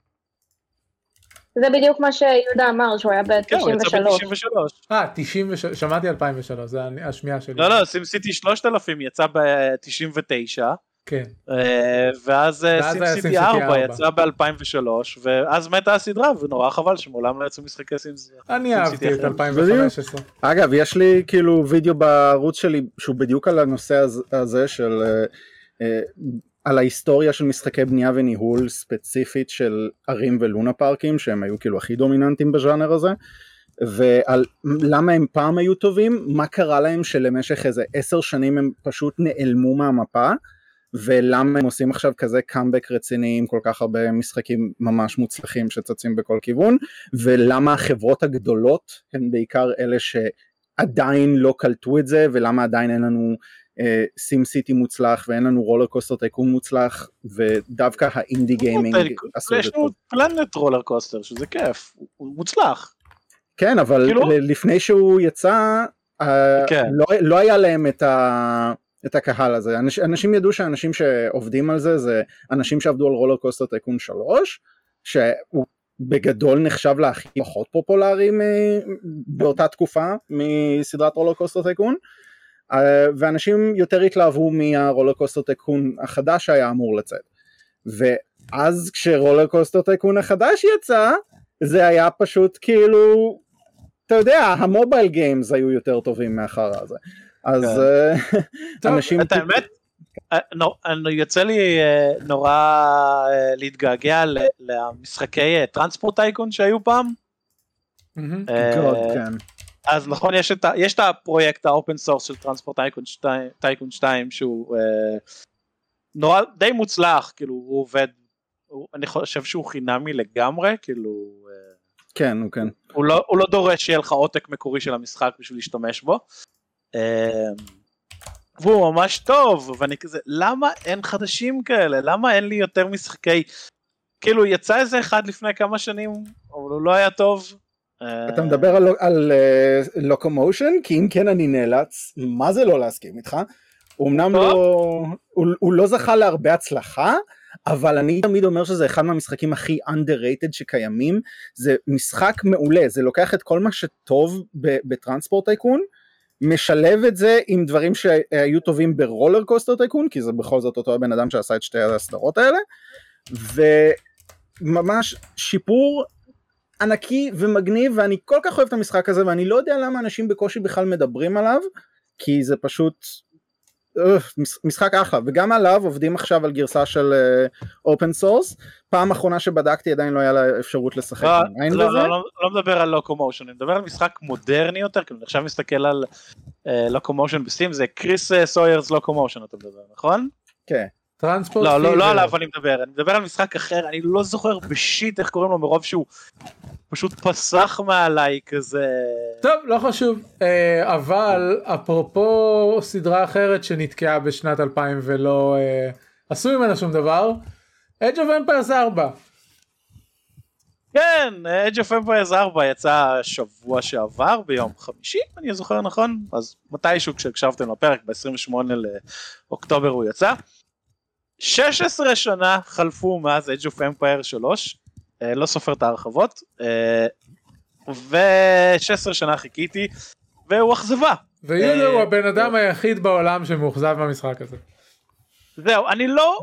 זה בדיוק מה שיהודה אמר, שהוא היה ב-93. כן, הוא יצא ב-93. 93, שמעתי 2003, זה השמיעה שלי. לא, סים סיטי 3000 יצא ב-99. כן. ואז סים סיטי 4 יצא ב-2003, ואז מתה הסדרה, ונורא חבל שמעולם לא יצאו משחקי סים סיטי. אני אהבתי את 2015. אגב, יש לי כאילו וידאו בערוץ שלי, שהוא בדיוק על הנושא הזה של... על ההיסטוריה של משחקי בנייה וניהול ספציפית של ערים ולונה פארקים, שהם היו כאילו הכי דומיננטיים בז'אנר הזה, ועל למה הם פעם היו טובים, מה קרה להם שלמשך איזה 10 שנים הם פשוט נעלמו מהמפה, ולמה הם עושים עכשיו כזה קאמבק רציני עם כל כך הרבה משחקים ממש מוצלחים שצצים בכל כיוון, ולמה החברות הגדולות הן בעיקר אלה שעדיין לא קלטו את זה, ולמה עדיין אין לנו סים סיטי מוצלח ואין לנו רולר קוסטר טייקון מוצלח, ודווקא האינדי גיימינג עשו את זה. יש לנו פלנט רולר קוסטר שזה כיף, הוא מוצלח. כן, אבל לפני שהוא יצא לא היה להם את הקהל הזה. אנשים ידעו שאנשים שעובדים על זה זה אנשים שעבדו על רולר קוסטר טייקון 3, שהוא בגדול נחשב להכי פחות פופולרי באותה תקופה מסדרת רולר קוסטר טייקון, ואנשים יותר התלהבו מהרולר קוסטר טייקון החדש שהיה אמור לצאת. ואז כשרולר קוסטר טייקון החדש יצא, זה היה פשוט כאילו, אתה יודע, המובייל גיימס היו יותר טובים מאחר הזה. אז אנשים... את האמת, יוצא לי נורא להתגעגע למשחקי טרנספורט טייקון שהיו פעם. כן. אז נכון, יש את הפרויקט האופן סורס של טרנספורט טייקון 2 שהוא נורא די מוצלח, כאילו הוא עובד, אני חושב שהוא חינמי לגמרי, כאילו כן, כן. הוא לא דורש שיהיה לך עותק מקורי של המשחק בשביל להשתמש בו, והוא ממש טוב, ואני כזה, למה אין חדשים כאלה? למה אין לי יותר משחקי, כאילו יצא איזה אחד לפני כמה שנים, אבל הוא לא היה טוב. אתה מדבר על לוקומושן? כי אם כן אני נאלץ, מה זה לא להסכים איתך? אמנם הוא לא זכה להרבה הצלחה, אבל אני תמיד אומר שזה אחד מהמשחקים הכי underrated שקיימים, זה משחק מעולה, זה לוקח את כל מה שטוב בטרנספורט טייקון, משלב את זה עם דברים שהיו טובים ברולר קוסטר טייקון, כי זה בכל זאת אותו הבן אדם שעשה את שתי הסדרות האלה, וממש שיפור ענקי ומגניב, ואני כל כך אוהב את המשחק הזה, ואני לא יודע למה אנשים בקושי בכלל מדברים עליו, כי זה פשוט משחק אחלה, וגם עליו עובדים עכשיו על גרסה של אופן סורס, פעם אחרונה שבדקתי עדיין לא היה לה אפשרות לשחק. לא מדבר על לוקומושן, אני מדבר על משחק מודרני יותר, כי אני עכשיו מסתכל על לוקומושן בסטים, זה קריס סוירס לוקומושן אתה מדבר, נכון? כן. לא עליו אני מדבר על משחק אחר, אני לא זוכר בשיט איך קוראים לו, מרוב שהוא פשוט פסח מעליי כזה. טוב, לא חשוב, אבל אפרופו סדרה אחרת שנתקעה בשנת 2000 ולא עשו ממנה שום דבר, Age of Empires 4. כן, Age of Empires 4 יצא שבוע שעבר ביום חמישי, אני זוכר נכון, אז מתישהו כשהקשבתם לפרק, ב-28 לאוקטובר הוא יצא. 16 שנה חלפו מאז Age of Empires 3, לא סופר את ההרחבות, ו16 שנה חיכיתי, והוא אכזבה. ויהודה הוא הבן אדם היחיד בעולם שמאוכזב מהמשחק הזה. זהו, אני לא,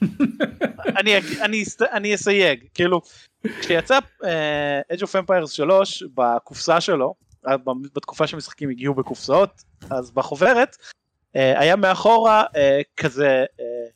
אני אסייג, כאילו, כשיצא Age of Empires 3 בקופסה שלו, בתקופה שמשחקים הגיעו בקופסאות, אז בחוברת, היה מאחורה כזה,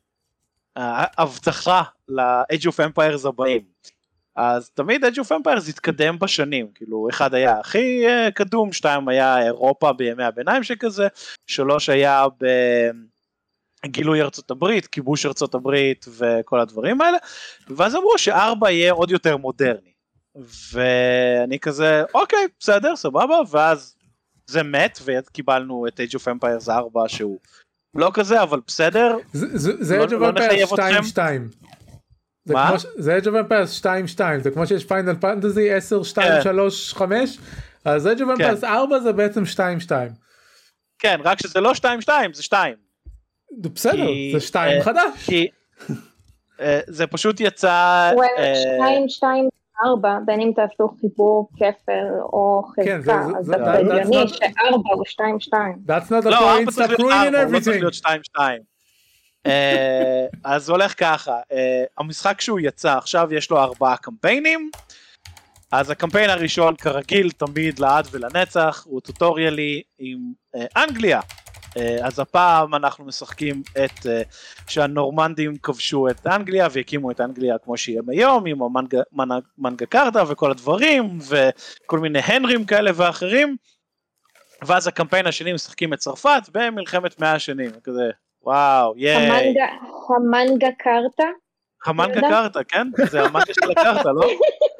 הבטחה ל-Age of Empires הבאים, אז תמיד Age of Empires התקדם בשנים, כאילו אחד היה הכי קדום, 2 היה אירופה בימי הביניים שכזה, 3 היה בגילוי ארצות הברית, כיבוש ארצות הברית וכל הדברים האלה, ואז אמרו ש4 יהיה עוד יותר מודרני, ואני כזה אוקיי בסדר סבבה, ואז זה מת וקיבלנו את Age of Empires 4 שהוא לא כזה, אבל בסדר. זה Age of Empires 2-2. מה? זה Age of Empires 2-2, זה כמו שיש פיינל פנטזי 10-2-3-5, אז Age of Empires 4 זה בעצם 2-2. כן, רק שזה לא 2-2, זה 2. בסדר, זה 2 חדש. כי זה פשוט יצא... 2-2-4, בין אם תעשו חיבור כפל או חלקה, אז זה בדיוני ש4 הוא 2-2. That's not the point, stop ruining everything. לא צריך להיות 2-2. אז זה הולך ככה, המשחק שהוא יצא עכשיו יש לו 4 קמפיינים, אז הקמפיין הראשון כרגיל תמיד לעד ולנצח, הוא טוטוריאלי עם אנגליה, אז הפעם אנחנו משחקים את שהנורמנדים כבשו את אנגליה והקימו את אנגליה כמו שהיא היום, עם המנגה קרטה וכל הדברים וכל מיני הנרים כאלה ואחרים, ואז הקמפיין השני משחקים את צרפת במלחמת 100 השנים, כזה וואו, ייי. המנגה קרטה? המנגה קרטה, כן? זה המנגה של הקרטה, לא?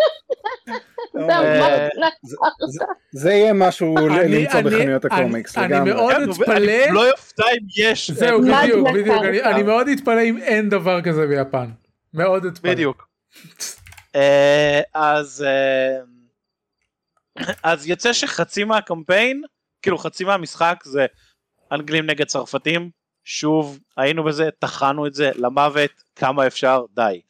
זה יהיה משהו למצוא בחנויות הקומיקס. אני מאוד אתפלא. אני לא יופתע אם יש. זהו, בדיוק. אני מאוד אתפלא אם אין דבר כזה ביפן. מאוד אתפלא. בדיוק. אז יוצא שחצי מהקמפיין, כאילו חצי מהמשחק זה אנגלים נגד צרפתים, שוב היינו בזה, תחנו את זה למוות, כמה אפשר, די.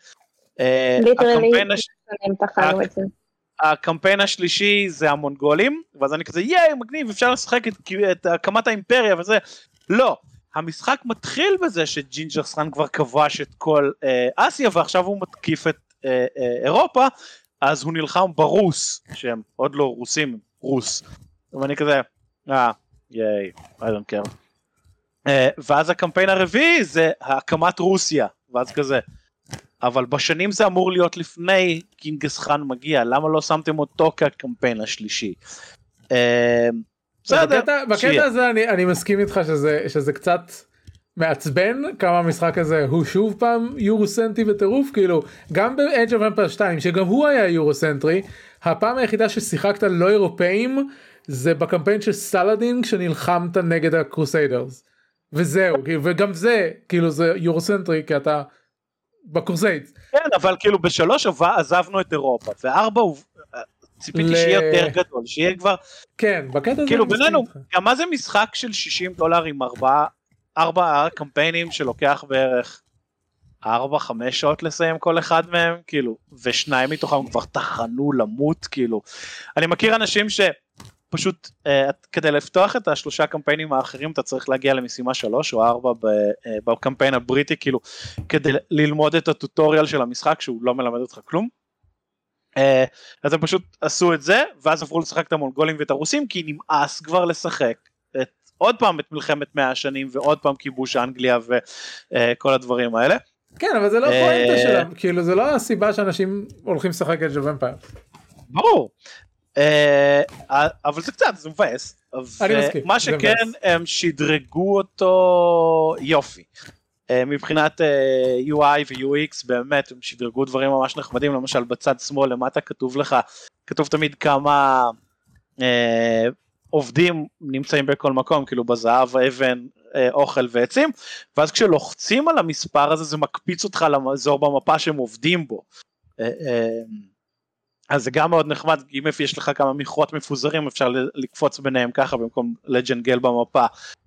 הקמפיין השלישי זה המונגולים, ואז אני כזה ייי מגניב, אפשר לשחק את הקמת האימפריה וזה, לא, המשחק מתחיל בזה שג'ינג'ר חאן כבר כבש את כל אסיה, ועכשיו הוא מתקיף את אירופה, אז הוא נלחם ברוס, שהם עוד לא רוסים, רוס, ואני כזה, ייי, I don't care. ואז הקמפיין הרביעי זה הקמת רוסיה, ואז כזה, אבל בשנים זה אמור להיות לפני ג'ינגס חאן מגיע, למה לא שמתם אותו כקמפיין השלישי? בסדר. בקטע הזה אני מסכים איתך שזה קצת מעצבן כמה המשחק הזה הוא שוב פעם יורוסנטי וטירוף, כאילו גם ב-Age of Empires 2 שגם הוא היה יורוסנטרי, הפעם היחידה ששיחקת לא אירופאים זה בקמפיין של סלאדין כשנלחמת נגד הקרוסיידרס, וזהו, וגם זה כאילו זה יורוסנטרי כי אתה בקרוסיידס. כן, אבל כאילו בשלוש עזבנו את אירופה, וארבע ציפיתי שיהיה יותר גדול, שיהיה כבר, כן, בקטע הזה כאילו בינינו, גם מה זה משחק של $60 עם ארבע קמפיינים שלוקח בערך 4-5 שעות לסיים כל אחד מהם, כאילו, ושניים מתוכם כבר תחנו למות, כאילו, אני מכיר אנשים שפשוט, כדי לפתוח את השלושה קמפיינים האחרים, אתה צריך להגיע למשימה 3 או 4 בקמפיין הבריטי, כאילו, כדי ללמוד את הטוטוריאל של המשחק, שהוא לא מלמד אותך כלום, אז הם פשוט עשו את זה, ואז עברו לשחק את המונגולים ואת הרוסים, כי נמאס כבר לשחק עוד פעם את מלחמת 100 השנים, ועוד פעם כיבוש אנגליה וכל הדברים האלה. כן, אבל זה לא פואנטה שלהם, כאילו זה לא הסיבה שאנשים הולכים לשחק את Age of Empires. ברור, אבל זה קצת, זה מבאס. אני מסכים. מה שכן, הם שדרגו אותו יופי. מבחינת UI ו-UX, באמת, הם שדרגו דברים ממש נחמדים, למשל בצד שמאל למטה כתוב תמיד כמה עובדים נמצאים בכל מקום, כאילו בזהב, אבן, אוכל ועצים, ואז כשלוחצים על המספר הזה, זה מקפיץ אותך לאזור במפה שהם עובדים בו. אז זה גם מאוד נחמד, אם יש לך כמה מכרות מפוזרים, אפשר לקפוץ ביניהם ככה, במקום לג'נגל במפה.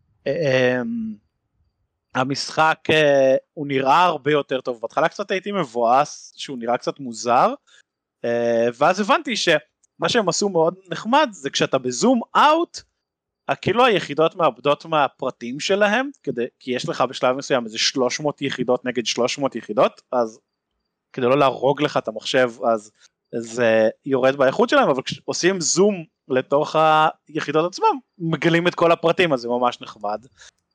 המשחק הוא נראה הרבה יותר טוב, בהתחלה קצת הייתי מבואס, שהוא נראה קצת מוזר, ואז הבנתי שמה שהם עשו מאוד נחמד, זה כשאתה בזום אאוט, כאילו היחידות מאבדות מהפרטים שלהם, כי יש לך בשלב מסוים איזה 300 יחידות נגד 300 יחידות, אז כדי לא להרוג לך את המחשב, אז זה יורד באיכות שלהם, אבל כשעושים זום לתוך היחידות עצמם, מגלים את כל הפרטים, אז זה ממש נחמד.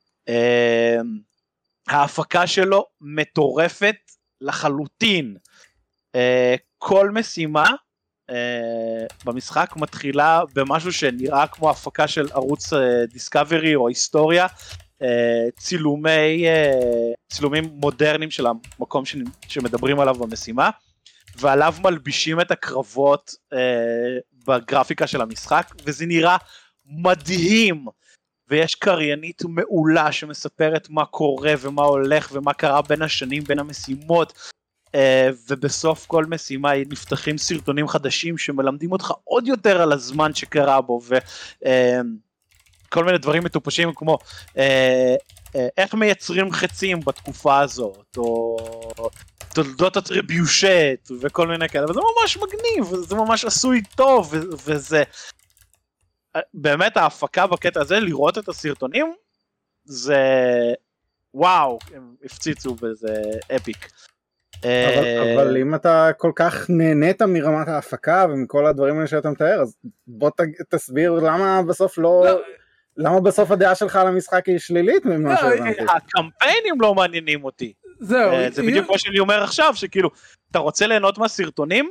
ההפקה שלו מטורפת לחלוטין, כל משימה במשחק מתחילה במשהו שנראה כמו הפקה של ערוץ דיסקאברי או היסטוריה, צילומים מודרניים של המקום שמדברים עליו במשימה, ועליו מלבישים את הקרבות בגרפיקה של המשחק, וזה נראה מדהים, ויש קריינית מעולה שמספרת מה קורה ומה הולך ומה קרה בין השנים, בין המשימות, ובסוף כל משימה נפתחים סרטונים חדשים שמלמדים אותך עוד יותר על הזמן שקרה בו, וכל מיני דברים מטופשים כמו איך מייצרים חצים בתקופה הזאת, או תולדות הטריביושט וכל מיני כאלה, וזה ממש מגניב, וזה ממש עשוי טוב, וזה באמת ההפקה בקטע הזה, לראות את הסרטונים, זה וואו, הם הפציצו בזה אפיק. אבל אם אתה כל כך נהנית מרמת ההפקה ומכל הדברים האלה שאתה מתאר, אז בוא תסביר למה בסוף למה בסוף הדעה שלך על המשחק היא שלילית ממה שהבנתי. הקמפיינים לא מעניינים אותי. זהו. זה בדיוק מה שאני אומר עכשיו, שכאילו, אתה רוצה ליהנות מהסרטונים,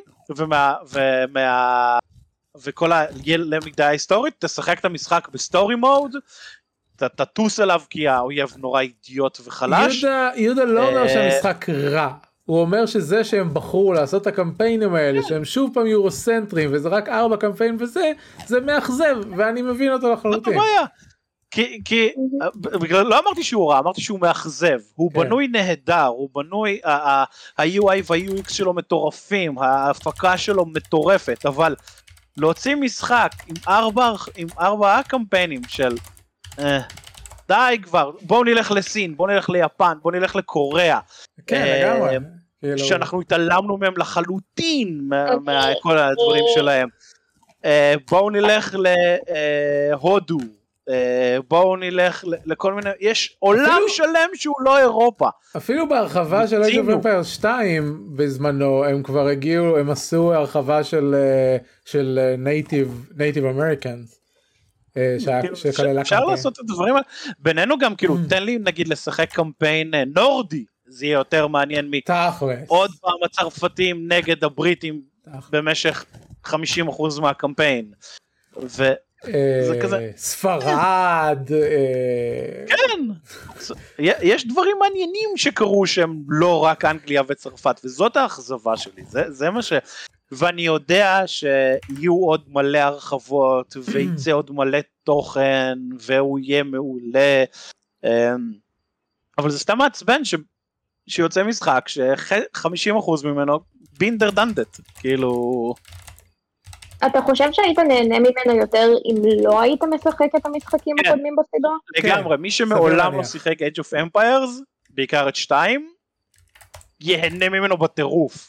וכל הלמידה ההיסטורית, תשחק את המשחק בסטורי מוד, אתה תטוס אליו כי האויב נורא אידיוט וחלש. יהודה לא אומר שהמשחק רע, הוא אומר שזה שהם בחרו לעשות את הקמפיינים האלה, שהם שוב פעם יורוסנטרים, וזה רק 4 קמפיין וזה, זה מאכזב, ואני מבין אותו לחלוטין. לא בעיה, כי לא אמרתי שהוא רע, אמרתי שהוא מאכזב, הוא בנוי נהדר, הוא בנוי, ה-UI וה-UX שלו מטורפים, ההפקה שלו מטורפת, אבל להוציא משחק עם 4 קמפיינים של די כבר, בואו נלך לסין, בואו נלך ליפן, בואו נלך לקוריאה, שאנחנו התעלמנו מהם לחלוטין מכל הדברים שלהם, בואו נלך להודו, בואו נלך לכל מיני, יש עולם שלם שהוא לא אירופה. אפילו בהרחבה של Age of Empires 2 בזמנו, הם כבר הגיעו, הם עשו הרחבה של Native Americans. אפשר לעשות את הדברים האלה, בינינו גם כאילו, תן לי נגיד לשחק קמפיין נורדי, זה יהיה יותר מעניין עוד פעם הצרפתים נגד הבריטים במשך 50% מהקמפיין, ספרד. כן, יש דברים מעניינים שקרו שהם לא רק אנגליה וצרפת, וזאת האכזבה שלי, זה מה ש... ואני יודע שיהיו עוד מלא הרחבות, ויצא עוד מלא תוכן, והוא יהיה מעולה, אבל זה סתם מעצבן שיוצא משחק, ש50% ממנו בינדר דנדט, כאילו... אתה חושב שהיית נהנה ממנו יותר אם לא היית משחק את המשחקים הקודמים בסדרה? לגמרי, מי שמעולם לא שיחק Age of Empires, בעיקר את 2, יהנה ממנו בטירוף.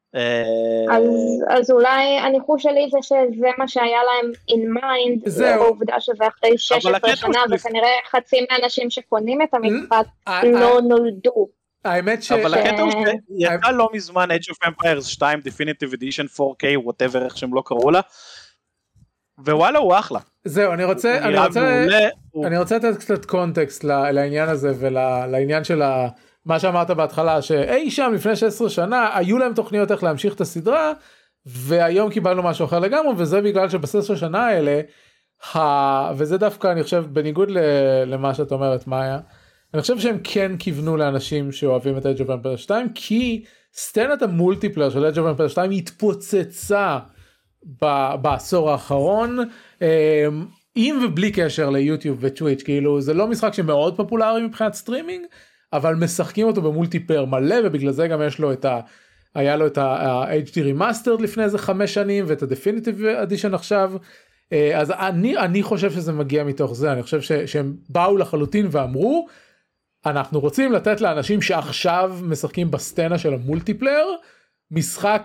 אז אולי הניחוש שלי זה שזה מה שהיה להם in mind, בעובדה שזה אחרי 16 שנה, וכנראה חצי מהאנשים שקונים את המשחק לא נולדו. האמת אבל הקטע הוא שיצא לא מזמן Age of Empires 2 Definitive Edition 4K whatever איך שהם לא קראו לה, ווואלה הוא אחלה. זהו, אני רוצה לתת קצת קונטקסט לעניין הזה ולעניין של מה שאמרת בהתחלה, שאי שם לפני 16 שנה היו להם תוכניות איך להמשיך את הסדרה, והיום קיבלנו משהו אחר לגמרי, וזה בגלל שב16 שנה האלה, וזה דווקא אני חושב בניגוד למה שאת אומרת מאיה, אני חושב שהם כן כיוונו לאנשים שאוהבים את Age of Empires 2, כי סצנת המולטיפלייר של Age of Empires 2 התפוצצה בעשור האחרון, עם ובלי קשר ליוטיוב וטוויץ', כאילו זה לא משחק שמאוד פופולרי מבחינת סטרימינג, אבל משחקים אותו במולטיפלייר מלא, ובגלל זה גם יש לו היה לו את ה-HD Remastered לפני איזה 5 שנים, ואת ה-Definitive Edition עכשיו, אז אני חושב שזה מגיע מתוך זה, אני חושב שהם באו לחלוטין ואמרו, אנחנו רוצים לתת לאנשים שעכשיו משחקים בסצנה של המולטיפלייר, משחק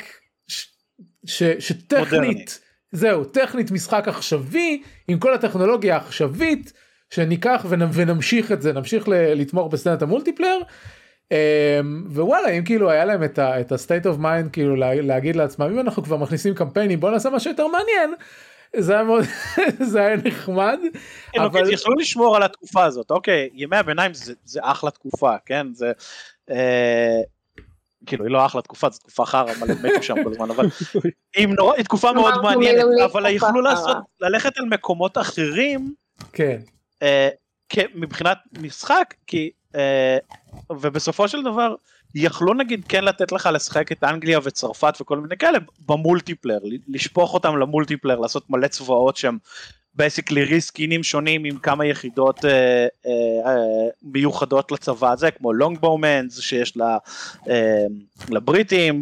שטכנית, זהו, טכנית משחק עכשווי, עם כל הטכנולוגיה העכשווית, שניקח ונמשיך את זה, נמשיך לתמוך בסצנת המולטיפלייר, ווואלה, אם כאילו היה להם את ה-state of mind, כאילו להגיד לעצמם, אם אנחנו כבר מכניסים קמפיינים, בוא נעשה משהו יותר מעניין, זה היה נחמד. אבל יכלו לשמור על התקופה הזאת, אוקיי, ימי הביניים זה אחלה תקופה, כן, זה, כאילו היא לא אחלה תקופה, זו תקופה חרה, אבל הם מתו שם כל הזמן, אבל היא תקופה מאוד מעניינת, אבל יכלו ללכת על מקומות אחרים, כן. מבחינת משחק, ובסופו של דבר, יכלו נגיד כן לתת לך לשחק את אנגליה וצרפת וכל מיני כאלה במולטיפלר, לשפוך אותם למולטיפלר, לעשות מלא צבאות שהם בייסיקלי ריסקינים שונים עם כמה יחידות מיוחדות לצבא הזה, כמו לונגבומנס שיש לבריטים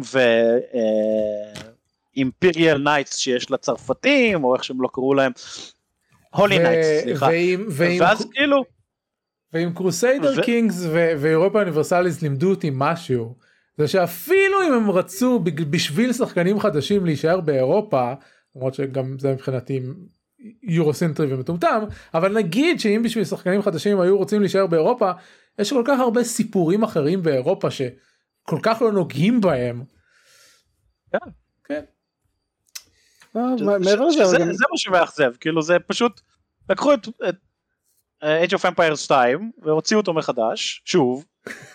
ואימפריאל נייטס שיש לצרפתים, או איך שהם לא קראו להם, הולי נייטס, סליחה, ואז כאילו ועם קרוסיידר קינגס ואירופה אוניברסליז לימדו אותי משהו, זה שאפילו אם הם רצו בשביל שחקנים חדשים להישאר באירופה, למרות שגם זה מבחינתי יורוסנטרי ומטומטם, אבל נגיד שאם בשביל שחקנים חדשים היו רוצים להישאר באירופה, יש כל כך הרבה סיפורים אחרים באירופה שכל כך לא נוגעים בהם. כן. זה מה שמאכזב, כאילו זה פשוט, לקחו את Age of Empires 2 והוציאו אותו מחדש שוב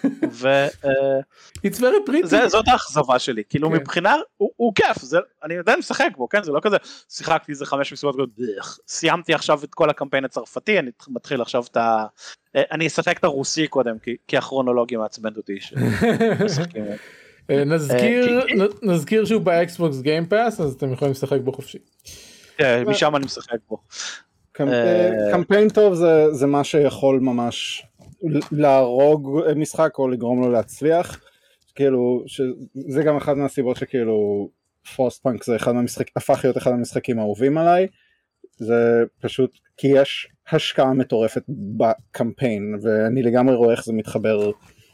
זאת האכזבה שלי, כאילו מבחינה הוא כיף, אני עדיין משחק בו, כן, זה לא כזה שיחקתי איזה 5 מסיבות, סיימתי עכשיו את כל הקמפיין הצרפתי, אני מתחיל עכשיו אני אשחק את הרוסי קודם, כי הכרונולוגיה מעצבנת אותי נזכיר שהוא באקסבוקס גיים פאס, אז אתם יכולים לשחק בו חופשי. משם אני משחק בו. קמפיין טוב זה מה שיכול ממש להרוג משחק או לגרום לו להצליח, כאילו זה גם אחד מהסיבות שכאילו פרוסטפאנק זה הפך להיות אחד המשחקים האהובים עליי, זה פשוט כי יש השקעה מטורפת בקמפיין, ואני לגמרי רואה איך זה מתחבר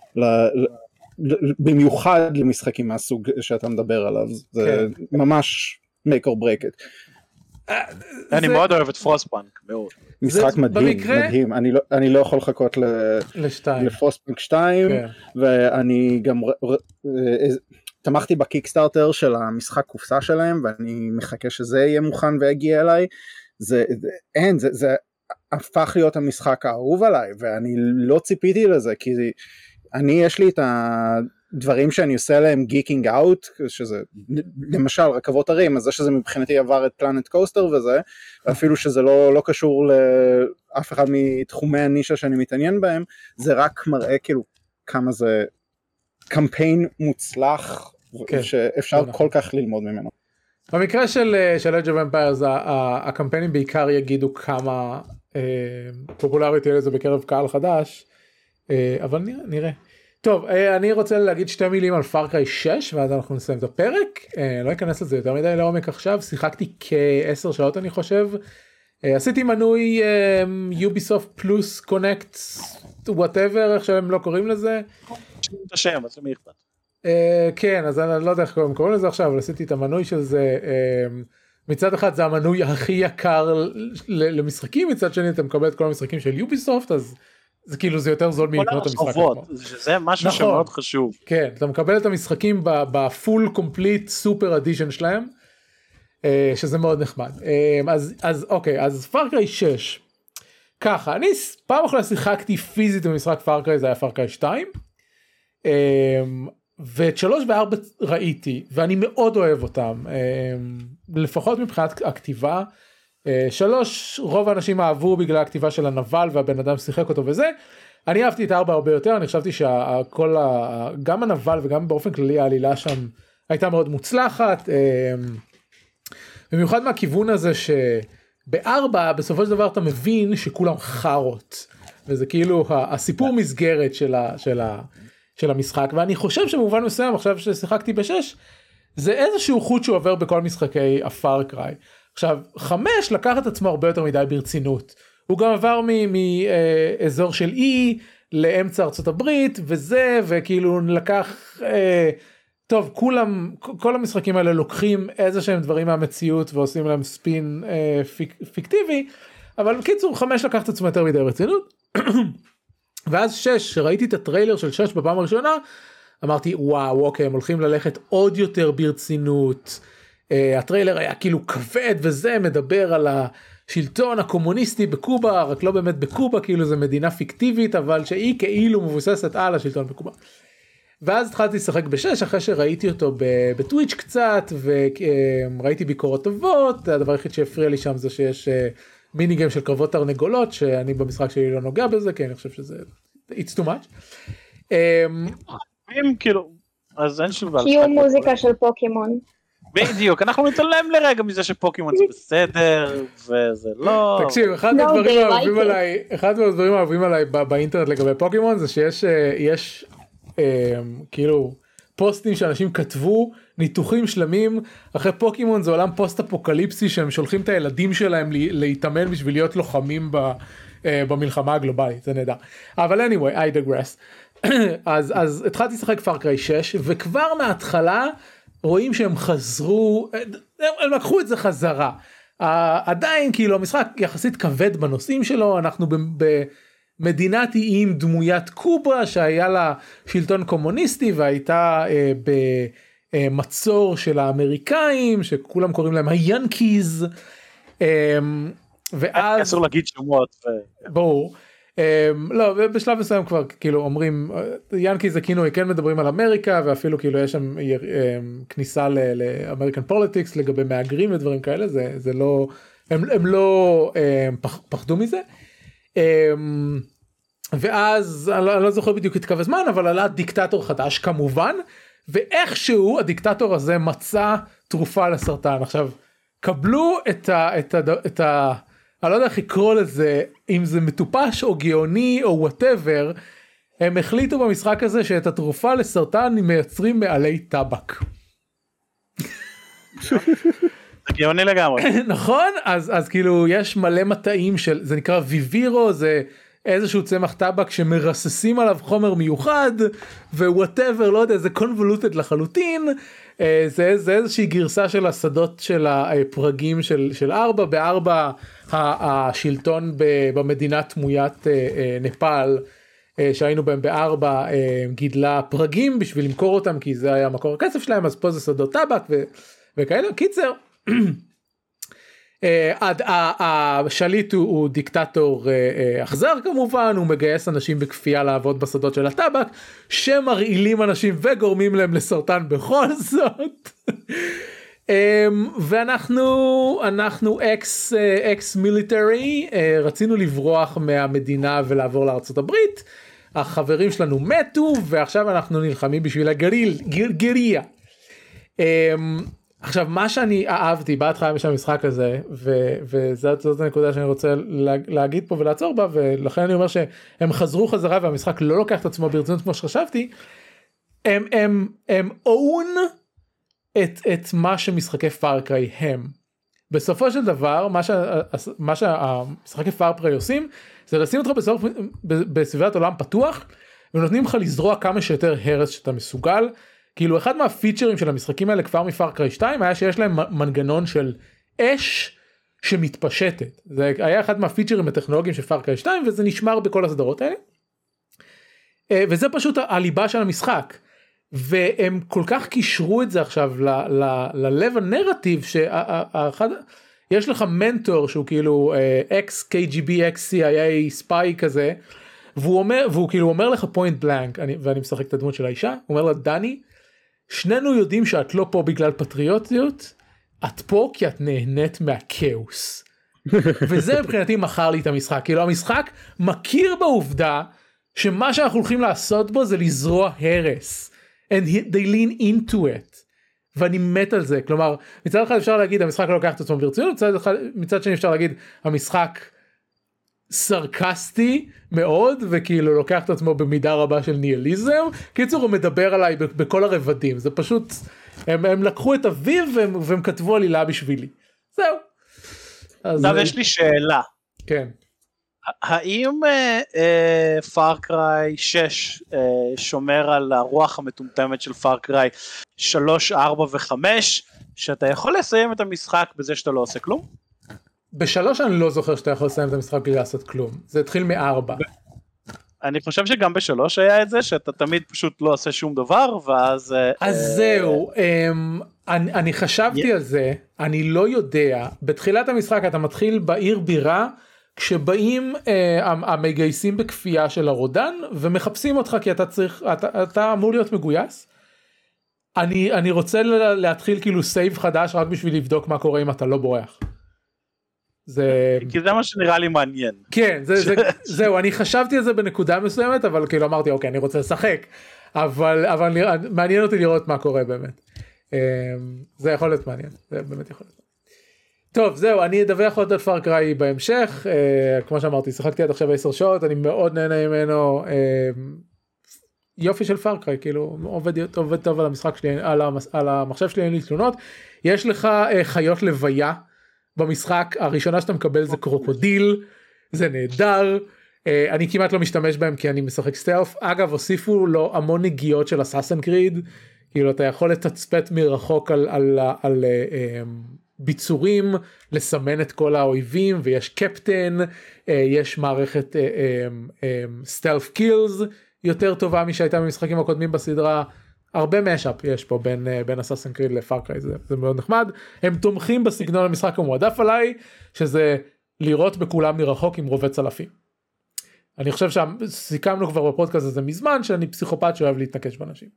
במיוחד למשחקים מהסוג שאתה מדבר עליו, זה ממש make or break it. אני מאוד אוהב את פרוסטפאנק, מאוד. משחק מדהים, מדהים, אני לא יכול לחכות לפרוסטפאנק 2, ואני גם תמכתי בקיקסטארטר של המשחק קופסה שלהם, ואני מחכה שזה יהיה מוכן והגיע אליי, זה הפך להיות המשחק האהוב עליי, ואני לא ציפיתי לזה, כי יש לי את דברים שאני עושה להם גיקינג אאוט, שזה למשל רכבות הרים, אז זה שזה מבחינתי עבר את פלנט קוסטר וזה, אפילו שזה לא קשור לאף אחד מתחומי הנישה שאני מתעניין בהם, זה רק מראה כאילו כמה זה קמפיין מוצלח, שאפשר כל כך ללמוד ממנו. במקרה של Age of Empires, הקמפיינים בעיקר יגידו כמה פופולריות יהיה לזה בקרב קהל חדש, אבל נראה. טוב, אני רוצה להגיד 2 מילים על Far Cry 6, ואז אנחנו נסיים את הפרק. לא אכנס לזה יותר מדי לעומק עכשיו, שיחקתי כ10 שעות אני חושב, עשיתי מנוי Ubisoft Plus Connect, whatever, איך שהם לא קוראים לזה. שינו את השם, אז למי אכפת? כן, אז אני לא יודע איך קוראים לזה עכשיו, אבל עשיתי את המנוי של זה, מצד אחד זה המנוי הכי יקר למשחקים, מצד שני אתה מקבל את כל המשחקים של Ubisoft, אז זה כאילו זה יותר זול מלקנות את המשחק. זה משהו שמאוד חשוב. כן, אתה מקבל את המשחקים בפול קומפליט סופר אדישן שלהם, שזה מאוד נחמד. אז אוקיי, אז Far Cry 6, ככה, אני פעם אחת שיחקתי פיזית במשחק Far Cry, זה היה Far Cry 2, ואת 3 ו4 ראיתי, ואני מאוד אוהב אותם, לפחות מבחינת הכתיבה. 3 רוב האנשים אהבו בגלל הכתיבה של הנבל והבן אדם שיחק אותו וזה, אני אהבתי את 4 הרבה יותר, אני חשבתי גם הנבל וגם באופן כללי העלילה שם הייתה מאוד מוצלחת, במיוחד מהכיוון הזה שב4 בסופו של דבר אתה מבין שכולם חרות, וזה כאילו הסיפור מסגרת של המשחק, ואני חושב שבמובן מסוים עכשיו ששיחקתי ב6, זה איזשהו חוט שעובר בכל משחקי הפאר קריי. עכשיו, 5 לקח את עצמו הרבה יותר מדי ברצינות, הוא גם עבר מאזור של אי לאמצע ארצות הברית, וזה, וכאילו לקח, טוב, כל המשחקים האלה לוקחים איזה שהם דברים מהמציאות, ועושים להם ספין פיקטיבי, אבל בקיצור, 5 לקח את עצמו יותר מדי ברצינות, ואז 6, שראיתי את הטריילר של 6 בפעם הראשונה, אמרתי, וואו, אוקיי, הם הולכים ללכת עוד יותר ברצינות, הטריילר היה כאילו כבד, וזה מדבר על השלטון הקומוניסטי בקובה, רק לא באמת בקובה, כאילו זה מדינה פיקטיבית, אבל שהיא כאילו מבוססת על השלטון בקובה. ואז התחלתי לשחק ב6, אחרי שראיתי אותו בטוויץ' קצת, וראיתי ביקורות טובות, הדבר היחיד שהפריע לי שם זה שיש מיני גיים של קרבות תרנגולות, שאני במשחק שלי לא נוגע בזה, כי אני חושב שזה it's too much. כאילו, אז אין שום דבר. שיהיו מוזיקה של פוקימון. בדיוק, אנחנו נתעלם לרגע מזה שפוקימון זה בסדר, וזה לא... תקשיב, אחד מהדברים האהובים עליי באינטרנט לגבי פוקימון, זה שיש כאילו פוסטים שאנשים כתבו, ניתוחים שלמים, אחרי פוקימון זה עולם פוסט אפוקליפסי, שהם שולחים את הילדים שלהם להתאמן בשביל להיות לוחמים במלחמה הגלובלית, זה נהדר. אבל anyway, I digress. אז התחלתי לשחק Far Cry 6, וכבר מההתחלה רואים שהם חזרו, הם לקחו את זה חזרה. עדיין כאילו המשחק יחסית כבד בנושאים שלו, אנחנו במדינת איים דמוית קובה, שהיה לה שלטון קומוניסטי, והייתה במצור של האמריקאים, שכולם קוראים להם היאנקיז, ואז... אסור להגיד שמות. ברור. לא, בשלב מסוים כבר כאילו אומרים, ינקי זה כינוי, כן מדברים על אמריקה, ואפילו כאילו יש שם כניסה לאמריקן פוליטיקס לגבי מהגרים ודברים כאלה, זה לא, הם לא פחדו מזה. ואז אני לא זוכר בדיוק את קו הזמן, אבל עלה דיקטטור חדש כמובן, ואיכשהו הדיקטטור הזה מצא תרופה לסרטן. עכשיו, קבלו את ה אני לא יודע איך לקרוא לזה, אם זה מטופש או גאוני או whatever, הם החליטו במשחק הזה שאת התרופה לסרטן מייצרים מעלי טבק. זה גאוני לגמרי. נכון? אז כאילו יש מלא מטעים של, זה נקרא ויבירו, זה איזשהו צמח טבק שמרססים עליו חומר מיוחד, ו-whatever, לא יודע, זה convoluted לחלוטין, זה איזושהי גרסה של השדות של הפרגים של 4, ב4 השלטון במדינה תמוית נפאל, שהיינו בהם ב4, גידלה פרגים בשביל למכור אותם, כי זה היה מקור הכסף שלהם, אז פה זה שדות טבק וכאלה, קיצר, השליט הוא דיקטטור אכזר כמובן, הוא מגייס אנשים בכפייה לעבוד בשדות של הטבק, שמרעילים אנשים וגורמים להם לסרטן בכל זאת. ואנחנו אקס מיליטרי, רצינו לברוח מהמדינה ולעבור לארצות הברית, החברים שלנו מתו ועכשיו אנחנו נלחמים בשביל הגריה. עכשיו מה שאני אהבתי בהתחלה של המשחק הזה, וזאת הנקודה שאני רוצה להגיד פה ולעצור בה, ולכן אני אומר שהם חזרו חזרה והמשחק לא לוקח את עצמו ברצינות כמו שחשבתי, הם own את מה שמשחקי פארקריי הם. בסופו של דבר מה שהמשחקי פארקריי עושים זה לשים אותך בסביבת עולם פתוח ונותנים לך לזרוע כמה שיותר הרס שאתה מסוגל. כאילו אחד מהפיצ'רים של המשחקים האלה כבר מפארקריי 2 היה שיש להם מנגנון של אש שמתפשטת. זה היה אחד מהפיצ'רים הטכנולוגיים של פארקריי 2 וזה נשמר בכל הסדרות האלה. וזה פשוט הליבה של המשחק. והם כל כך קישרו את זה עכשיו ללב הנרטיב יש לך מנטור שהוא כאילו אקס KGB אקס CIA ספיי כזה, והוא כאילו אומר לך פוינט בלנק, ואני משחק את הדמות של האישה, הוא אומר לה דני, שנינו יודעים שאת לא פה בגלל פטריוטיות, את פה כי את נהנית מהכאוס. וזה מבחינתי מכר לי את המשחק, כאילו המשחק מכיר בעובדה שמה שאנחנו הולכים לעשות בו זה לזרוע הרס. And they lean into it. ואני מת על זה. כלומר, מצד אחד אפשר להגיד, המשחק לא לוקח את עצמו ברצינות, מצד שני אפשר להגיד, המשחק סרקסטי מאוד, וכאילו לוקח את עצמו במידה רבה של ניהליזם. קיצור, הוא מדבר עליי בכל הרבדים. זה פשוט, הם לקחו את אביב, והם כתבו עלילה בשבילי. זהו. עכשיו יש לי שאלה. כן. האם פארקריי 6 שומר על הרוח המטומטמת של פארקריי 3, 4 ו5, שאתה יכול לסיים את המשחק בזה שאתה לא עושה כלום? ב3 אני לא זוכר שאתה יכול לסיים את המשחק בלי לעשות כלום, זה התחיל מ4. אני חושב שגם ב3 היה את זה, שאתה תמיד פשוט לא עושה שום דבר, ואז... אז זהו, אני חשבתי על זה, אני לא יודע, בתחילת המשחק אתה מתחיל בעיר בירה, כשבאים המגייסים בכפייה של הרודן ומחפשים אותך כי אתה אמור להיות מגויס. אני רוצה להתחיל כאילו סייב חדש רק בשביל לבדוק מה קורה אם אתה לא בורח. כי זה מה שנראה לי מעניין. כן, זהו, אני חשבתי על זה בנקודה מסוימת, אבל כאילו אמרתי אוקיי אני רוצה לשחק, אבל מעניין אותי לראות מה קורה באמת. זה יכול להיות מעניין, זה באמת יכול להיות. טוב זהו, אני אדווח עוד על פארקריי בהמשך, כמו שאמרתי שיחקתי עד עכשיו 10 שעות, אני מאוד נהנה ממנו, יופי של פארקריי, כאילו עובד טוב על המשחק שלי, על המחשב שלי אין לי תלונות. יש לך חיות לוויה במשחק, הראשונה שאתה מקבל זה קרוקודיל, זה נהדר, אני כמעט לא משתמש בהם כי אני משחק סטלף, אגב הוסיפו לו המון נגיעות של אסאסן קריד, כאילו אתה יכול לתצפת מרחוק על ביצורים, לסמן את כל האויבים, ויש קפטן, יש מערכת סטלף קילס יותר טובה משהייתה במשחקים הקודמים בסדרה, הרבה משאפ יש פה בין אסאסן קריד לפארקריי, זה מאוד נחמד. הם תומכים בסגנון המשחק המועדף עליי, שזה לראות בכולם מרחוק עם רובה צלפים. אני חושב שסיכמנו כבר בפודקאסט הזה מזמן, שאני פסיכופת שאוהב להתנקש באנשים.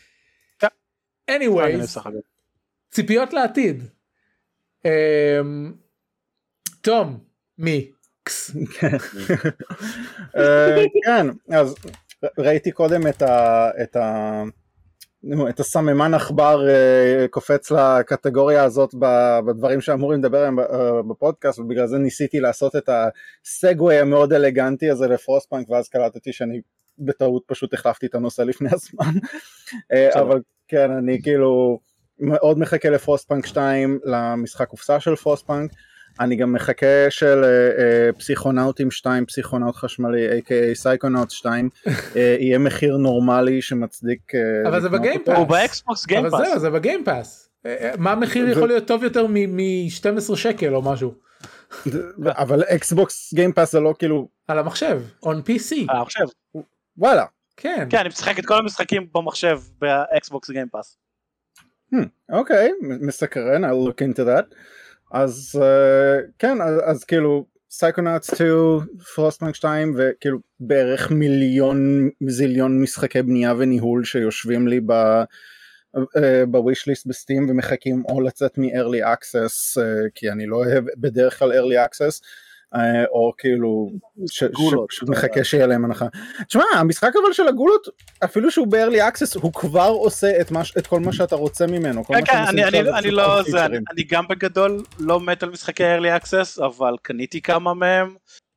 anyways, ציפיות לעתיד. תום, מי? כן, אז ראיתי קודם את הסממן עכבר קופץ לקטגוריה הזאת בדברים שאמורים לדבר עליהם בפודקאסט, ובגלל זה ניסיתי לעשות את הסגווי המאוד אלגנטי הזה לפרוסטפאנק, ואז קלטתי שאני בטעות פשוט החלפתי את הנושא לפני הזמן. אבל כן, אני כאילו מאוד מחכה לפרוסטפאנק 2, למשחק קופסה של פרוסטפאנק. אני גם מחכה של פסיכונאוטים 2, פסיכונאוט חשמלי, a.k.a. סייקונאוט 2, יהיה מחיר נורמלי שמצדיק... אבל זה בגיימפאס. הוא באקסבוקס גיימפאס. אבל זהו, זה בגיימפאס. מה המחיר יכול להיות טוב יותר מ-12 שקל או משהו? אבל אקסבוקס גיימפאס זה לא כאילו... על המחשב, on PC. על המחשב. וואלה. כן. כן, אני משחק את כל המשחקים במחשב באקסבוקס גיימפאס. אוקיי, מסקרן, I'll look into that. אז כן, אז כאילו סייקונאוטס 2, פרוסטפאנק 2 וכאילו בערך מיליון זיליון משחקי בנייה וניהול שיושבים לי בוויש ליסט בסטים ומחכים או לצאת מ-early access, כי אני לא אוהב בדרך כלל early access, או כאילו שמחכה שיהיה להם הנחה. תשמע, המשחק אבל של הגולות, אפילו שהוא ב-early access, הוא כבר עושה את כל מה שאתה רוצה ממנו. אני גם בגדול לא מת על משחקי early access, אבל קניתי כמה מהם,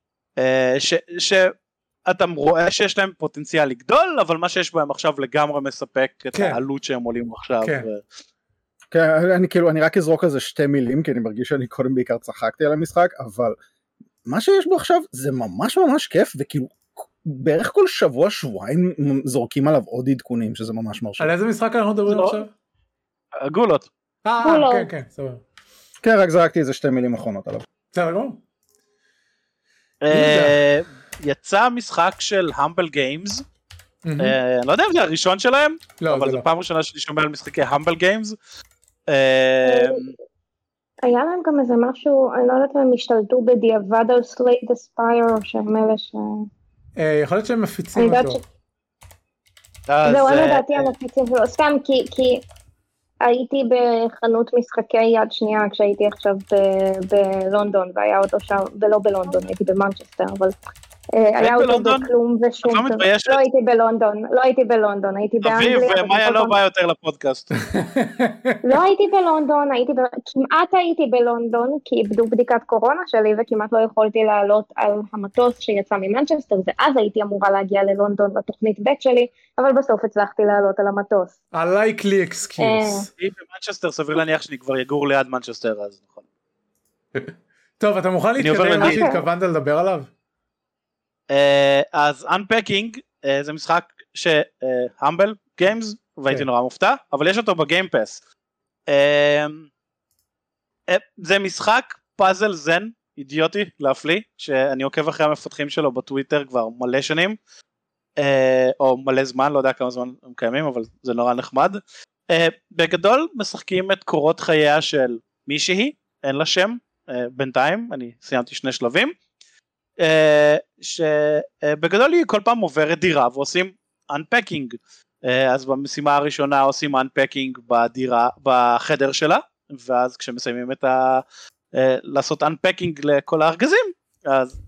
שאתה רואה שיש להם פוטנציאל לגדול, אבל מה שיש בהם עכשיו לגמרי מספק את העלות שהם עולים עכשיו. אני רק אזרוק על זה 2 מילים, כי אני מרגיש שאני קודם בעיקר צחקתי על המשחק, אבל מה שיש בו עכשיו זה ממש ממש כיף, וכאילו בערך כל שבוע שבועיים זורקים עליו עוד עדכונים, שזה ממש מרשים. על איזה משחק אנחנו מדברים עכשיו? גולות. כן, כן, סבבה. כן, רק זרקתי איזה 2 מילים אחרונות עליו. בסדר גמור. יצא משחק של המבל גיימס, אני לא יודע אם זה הראשון שלהם, אבל זו פעם ראשונה שאני שומע על משחקי המבל גיימס. היה להם גם איזה משהו, אני לא יודעת אם הם השתלטו בדיעבד על סלייד אספייר, או שהם אלה ש... יכול להיות שהם מפיצים אותו. זהו, אני לדעתי הם מפיצים שלו, סתם כי הייתי בחנות משחקי יד שנייה כשהייתי עכשיו בלונדון, והיה אותו שם, ולא בלונדון, הייתי במנצ'סטר, אבל היה אותו בכלום ושום, לא הייתי בלונדון, הייתי באנגליה. אביב, מאיה לא באה יותר לפודקאסט. לא הייתי בלונדון, כמעט הייתי בלונדון, כי איבדו בדיקת קורונה שלי, וכמעט לא יכולתי לעלות על המטוס שיצא ממנצ'סטר, ואז הייתי אמורה להגיע ללונדון לתוכנית ב' שלי, אבל בסוף הצלחתי לעלות על המטוס. A likely excuse. היא במנצ'סטר, סביר להניח שאני כבר יגור ליד מנצ'סטר, אז נכון. טוב, אתה מוכן להתקדם מה שהתכוונת לדבר עליו? אז Unpacking זה משחק שהמבל גיימס, והייתי נורא מופתע, אבל יש אותו בגיימפס. זה משחק פאזל זן אידיוטי להפליא, שאני עוקב אחרי המפתחים שלו בטוויטר כבר מלא שנים, או מלא זמן, לא יודע כמה זמן הם קיימים, אבל זה נורא נחמד. בגדול משחקים את קורות חייה של מישהי, אין לה שם, בינתיים, אני סיימתי 2 שלבים, שבגדול היא כל פעם עוברת דירה ועושים unpacking, אז במשימה הראשונה עושים unpacking בדירה, בחדר שלה, ואז כשמסיימים לעשות unpacking לכל הארגזים, אז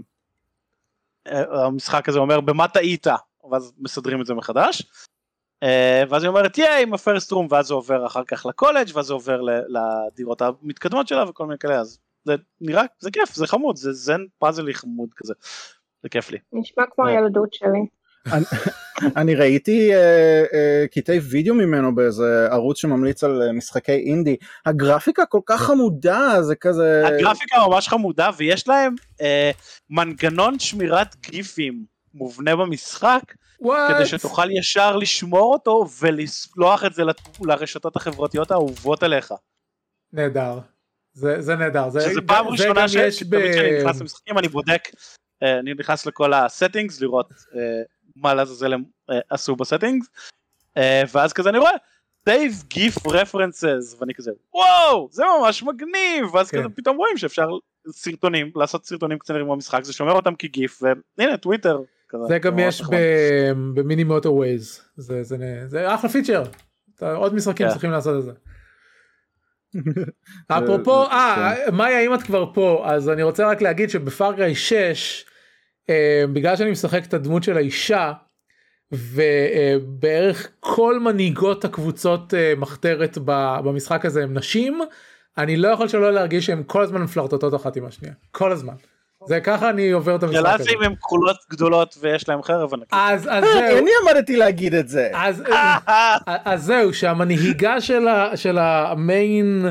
המשחק הזה אומר במה טעית, ואז מסדרים את זה מחדש, ואז היא אומרת יאי עם הפרסט רום, ואז זה עובר אחר כך לקולג', ואז זה עובר לדירות המתקדמות שלה וכל מיני כאלה, אז זה נראה, זה כיף, זה חמוד, זה זן פאזלי חמוד כזה, זה כיף לי. נשמע כמו הילדות שלי. אני ראיתי קטעי וידאו ממנו באיזה ערוץ שממליץ על משחקי אינדי, הגרפיקה כל כך חמודה, זה כזה... הגרפיקה ממש חמודה, ויש להם מנגנון שמירת גיפים מובנה במשחק, כדי שתוכל ישר לשמור אותו ולסלוח את זה לרשתות החברתיות האהובות עליך. נהדר. זה נהדר. שזה פעם ראשונה שתמיד שאני נכנס למשחקים, אני בודק, אני נכנס לכל הסטינגס, לראות מה לעזאזל הם עשו בסטינגס, ואז כזה אני רואה, save GIF references, ואני כזה, וואו, זה ממש מגניב, ואז כזה פתאום רואים שאפשר סרטונים, לעשות סרטונים קצרים במשחק, זה שומר אותם כגיף, והנה טוויטר. זה גם יש במיני מוטורווייז, זה אחלה פיצ'ר, עוד משחקים צריכים לעשות את זה. אפרופו, מאיה, אם את כבר פה, אז אני רוצה רק להגיד שבפאר קריי 6, בגלל שאני משחק את הדמות של האישה, ובערך כל מנהיגות הקבוצות מחתרת במשחק הזה הם נשים, אני לא יכול שלא להרגיש שהן כל הזמן מפלרטוטות אחת עם השנייה, כל הזמן. זה ככה אני עובר את המשחק הזה. גלאסים הם כחולות גדולות ויש להם חרב ענקית. אז זהו. אני עמדתי להגיד את זה. אז זהו, שהמנהיגה של המיין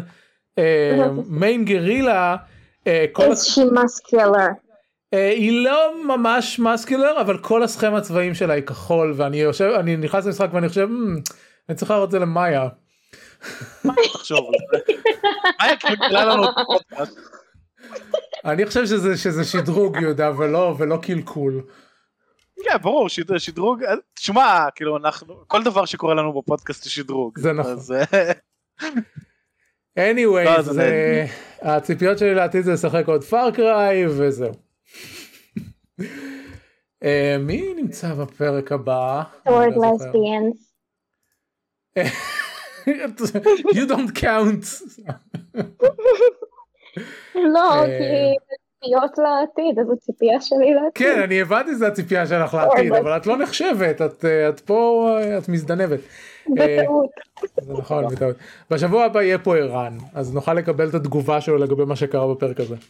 גרילה, איזושהי מסקולר. היא לא ממש מסקולר, אבל כל הסכמה הצבעים שלה היא כחול, ואני נכנס למשחק ואני חושב, אני צריך לראות את זה למאיה. מה תחשוב על זה? מאיה קלקלה לנו את הפודקאסט. אני חושב שזה שדרוג יהודה ולא קלקול. כן, ברור, שדרוג, תשמע, כאילו כל דבר שקורה לנו בפודקאסט זה שדרוג. זה נכון. anyways, הציפיות שלי לעתיד זה לשחק עוד פאר קריי וזהו. מי נמצא בפרק הבא? Sword lesbians. You don't count. לא, כי ציפיות לעתיד, אז הציפייה שלי לעתיד. כן, אני הבנתי שזה הציפייה שלך לעתיד, אבל את לא נחשבת, את פה, את מזדנבת. בטעות. זה נכון, בטעות. בשבוע הבא יהיה פה ערן, אז נוכל לקבל את התגובה שלו לגבי מה שקרה בפרק הזה.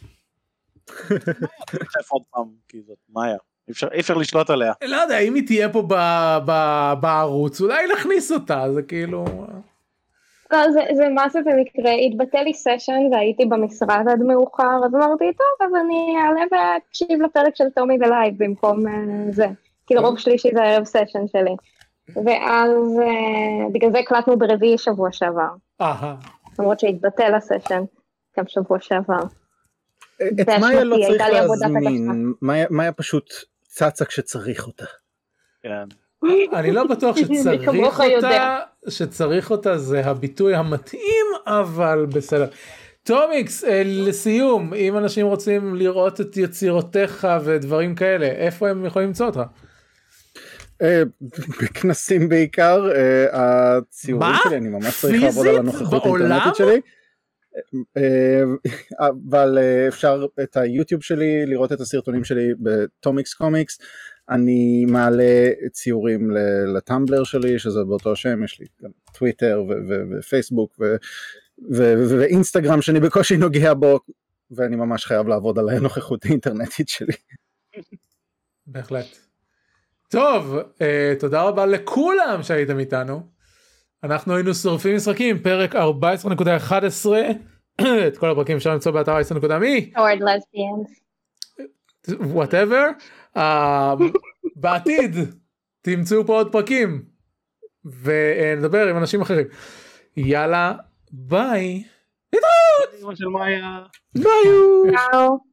עוד פעם, כי זאת מאיה. אי אפשר לשלוט עליה. לא יודע, אם היא תהיה פה בערוץ, אולי נכניס אותה, זה כאילו... לא, זה מה זה במקרה, התבטל לי סשן והייתי במשרד עד מאוחר, אז אמרתי, טוב, אז אני אעלה ואקשיב לפרק של טומי בלייב במקום זה. כאילו רוב שלישי זה ערב סשן שלי. ואז בגלל זה הקלטנו ברביעי שבוע שעבר. למרות שהתבטל הסשן גם שבוע שעבר. את מאיה לא צריך להזמין, מאיה פשוט צצה כשצריך אותה. כן. אני לא בטוח שצריך אותה זה הביטוי המתאים, אבל בסדר. טומיקס, לסיום, אם אנשים רוצים לראות את יצירותיך ודברים כאלה, איפה הם יכולים למצוא אותך? בכנסים בעיקר, הציורים שלי, אני ממש צריך לעבוד על הנוכחות האינטרנטית שלי. אבל אפשר את היוטיוב שלי לראות את הסרטונים שלי בטומיקס קומיקס. אני מעלה ציורים לטמבלר שלי שזה באותו שם, יש לי גם טוויטר ופייסבוק ואינסטגרם שאני בקושי נוגע בו, ואני ממש חייב לעבוד על הנוכחות האינטרנטית שלי. בהחלט. טוב, תודה רבה לכולם שהייתם איתנו. אנחנו היינו שורפים משחקים, פרק 14.11, את כל הפרקים אפשר למצוא באתר icon.me. Sword lesbians. whatever. בעתיד תמצאו פה עוד פרקים ונדבר עם אנשים אחרים. יאללה, ביי. של מאיה. ביי.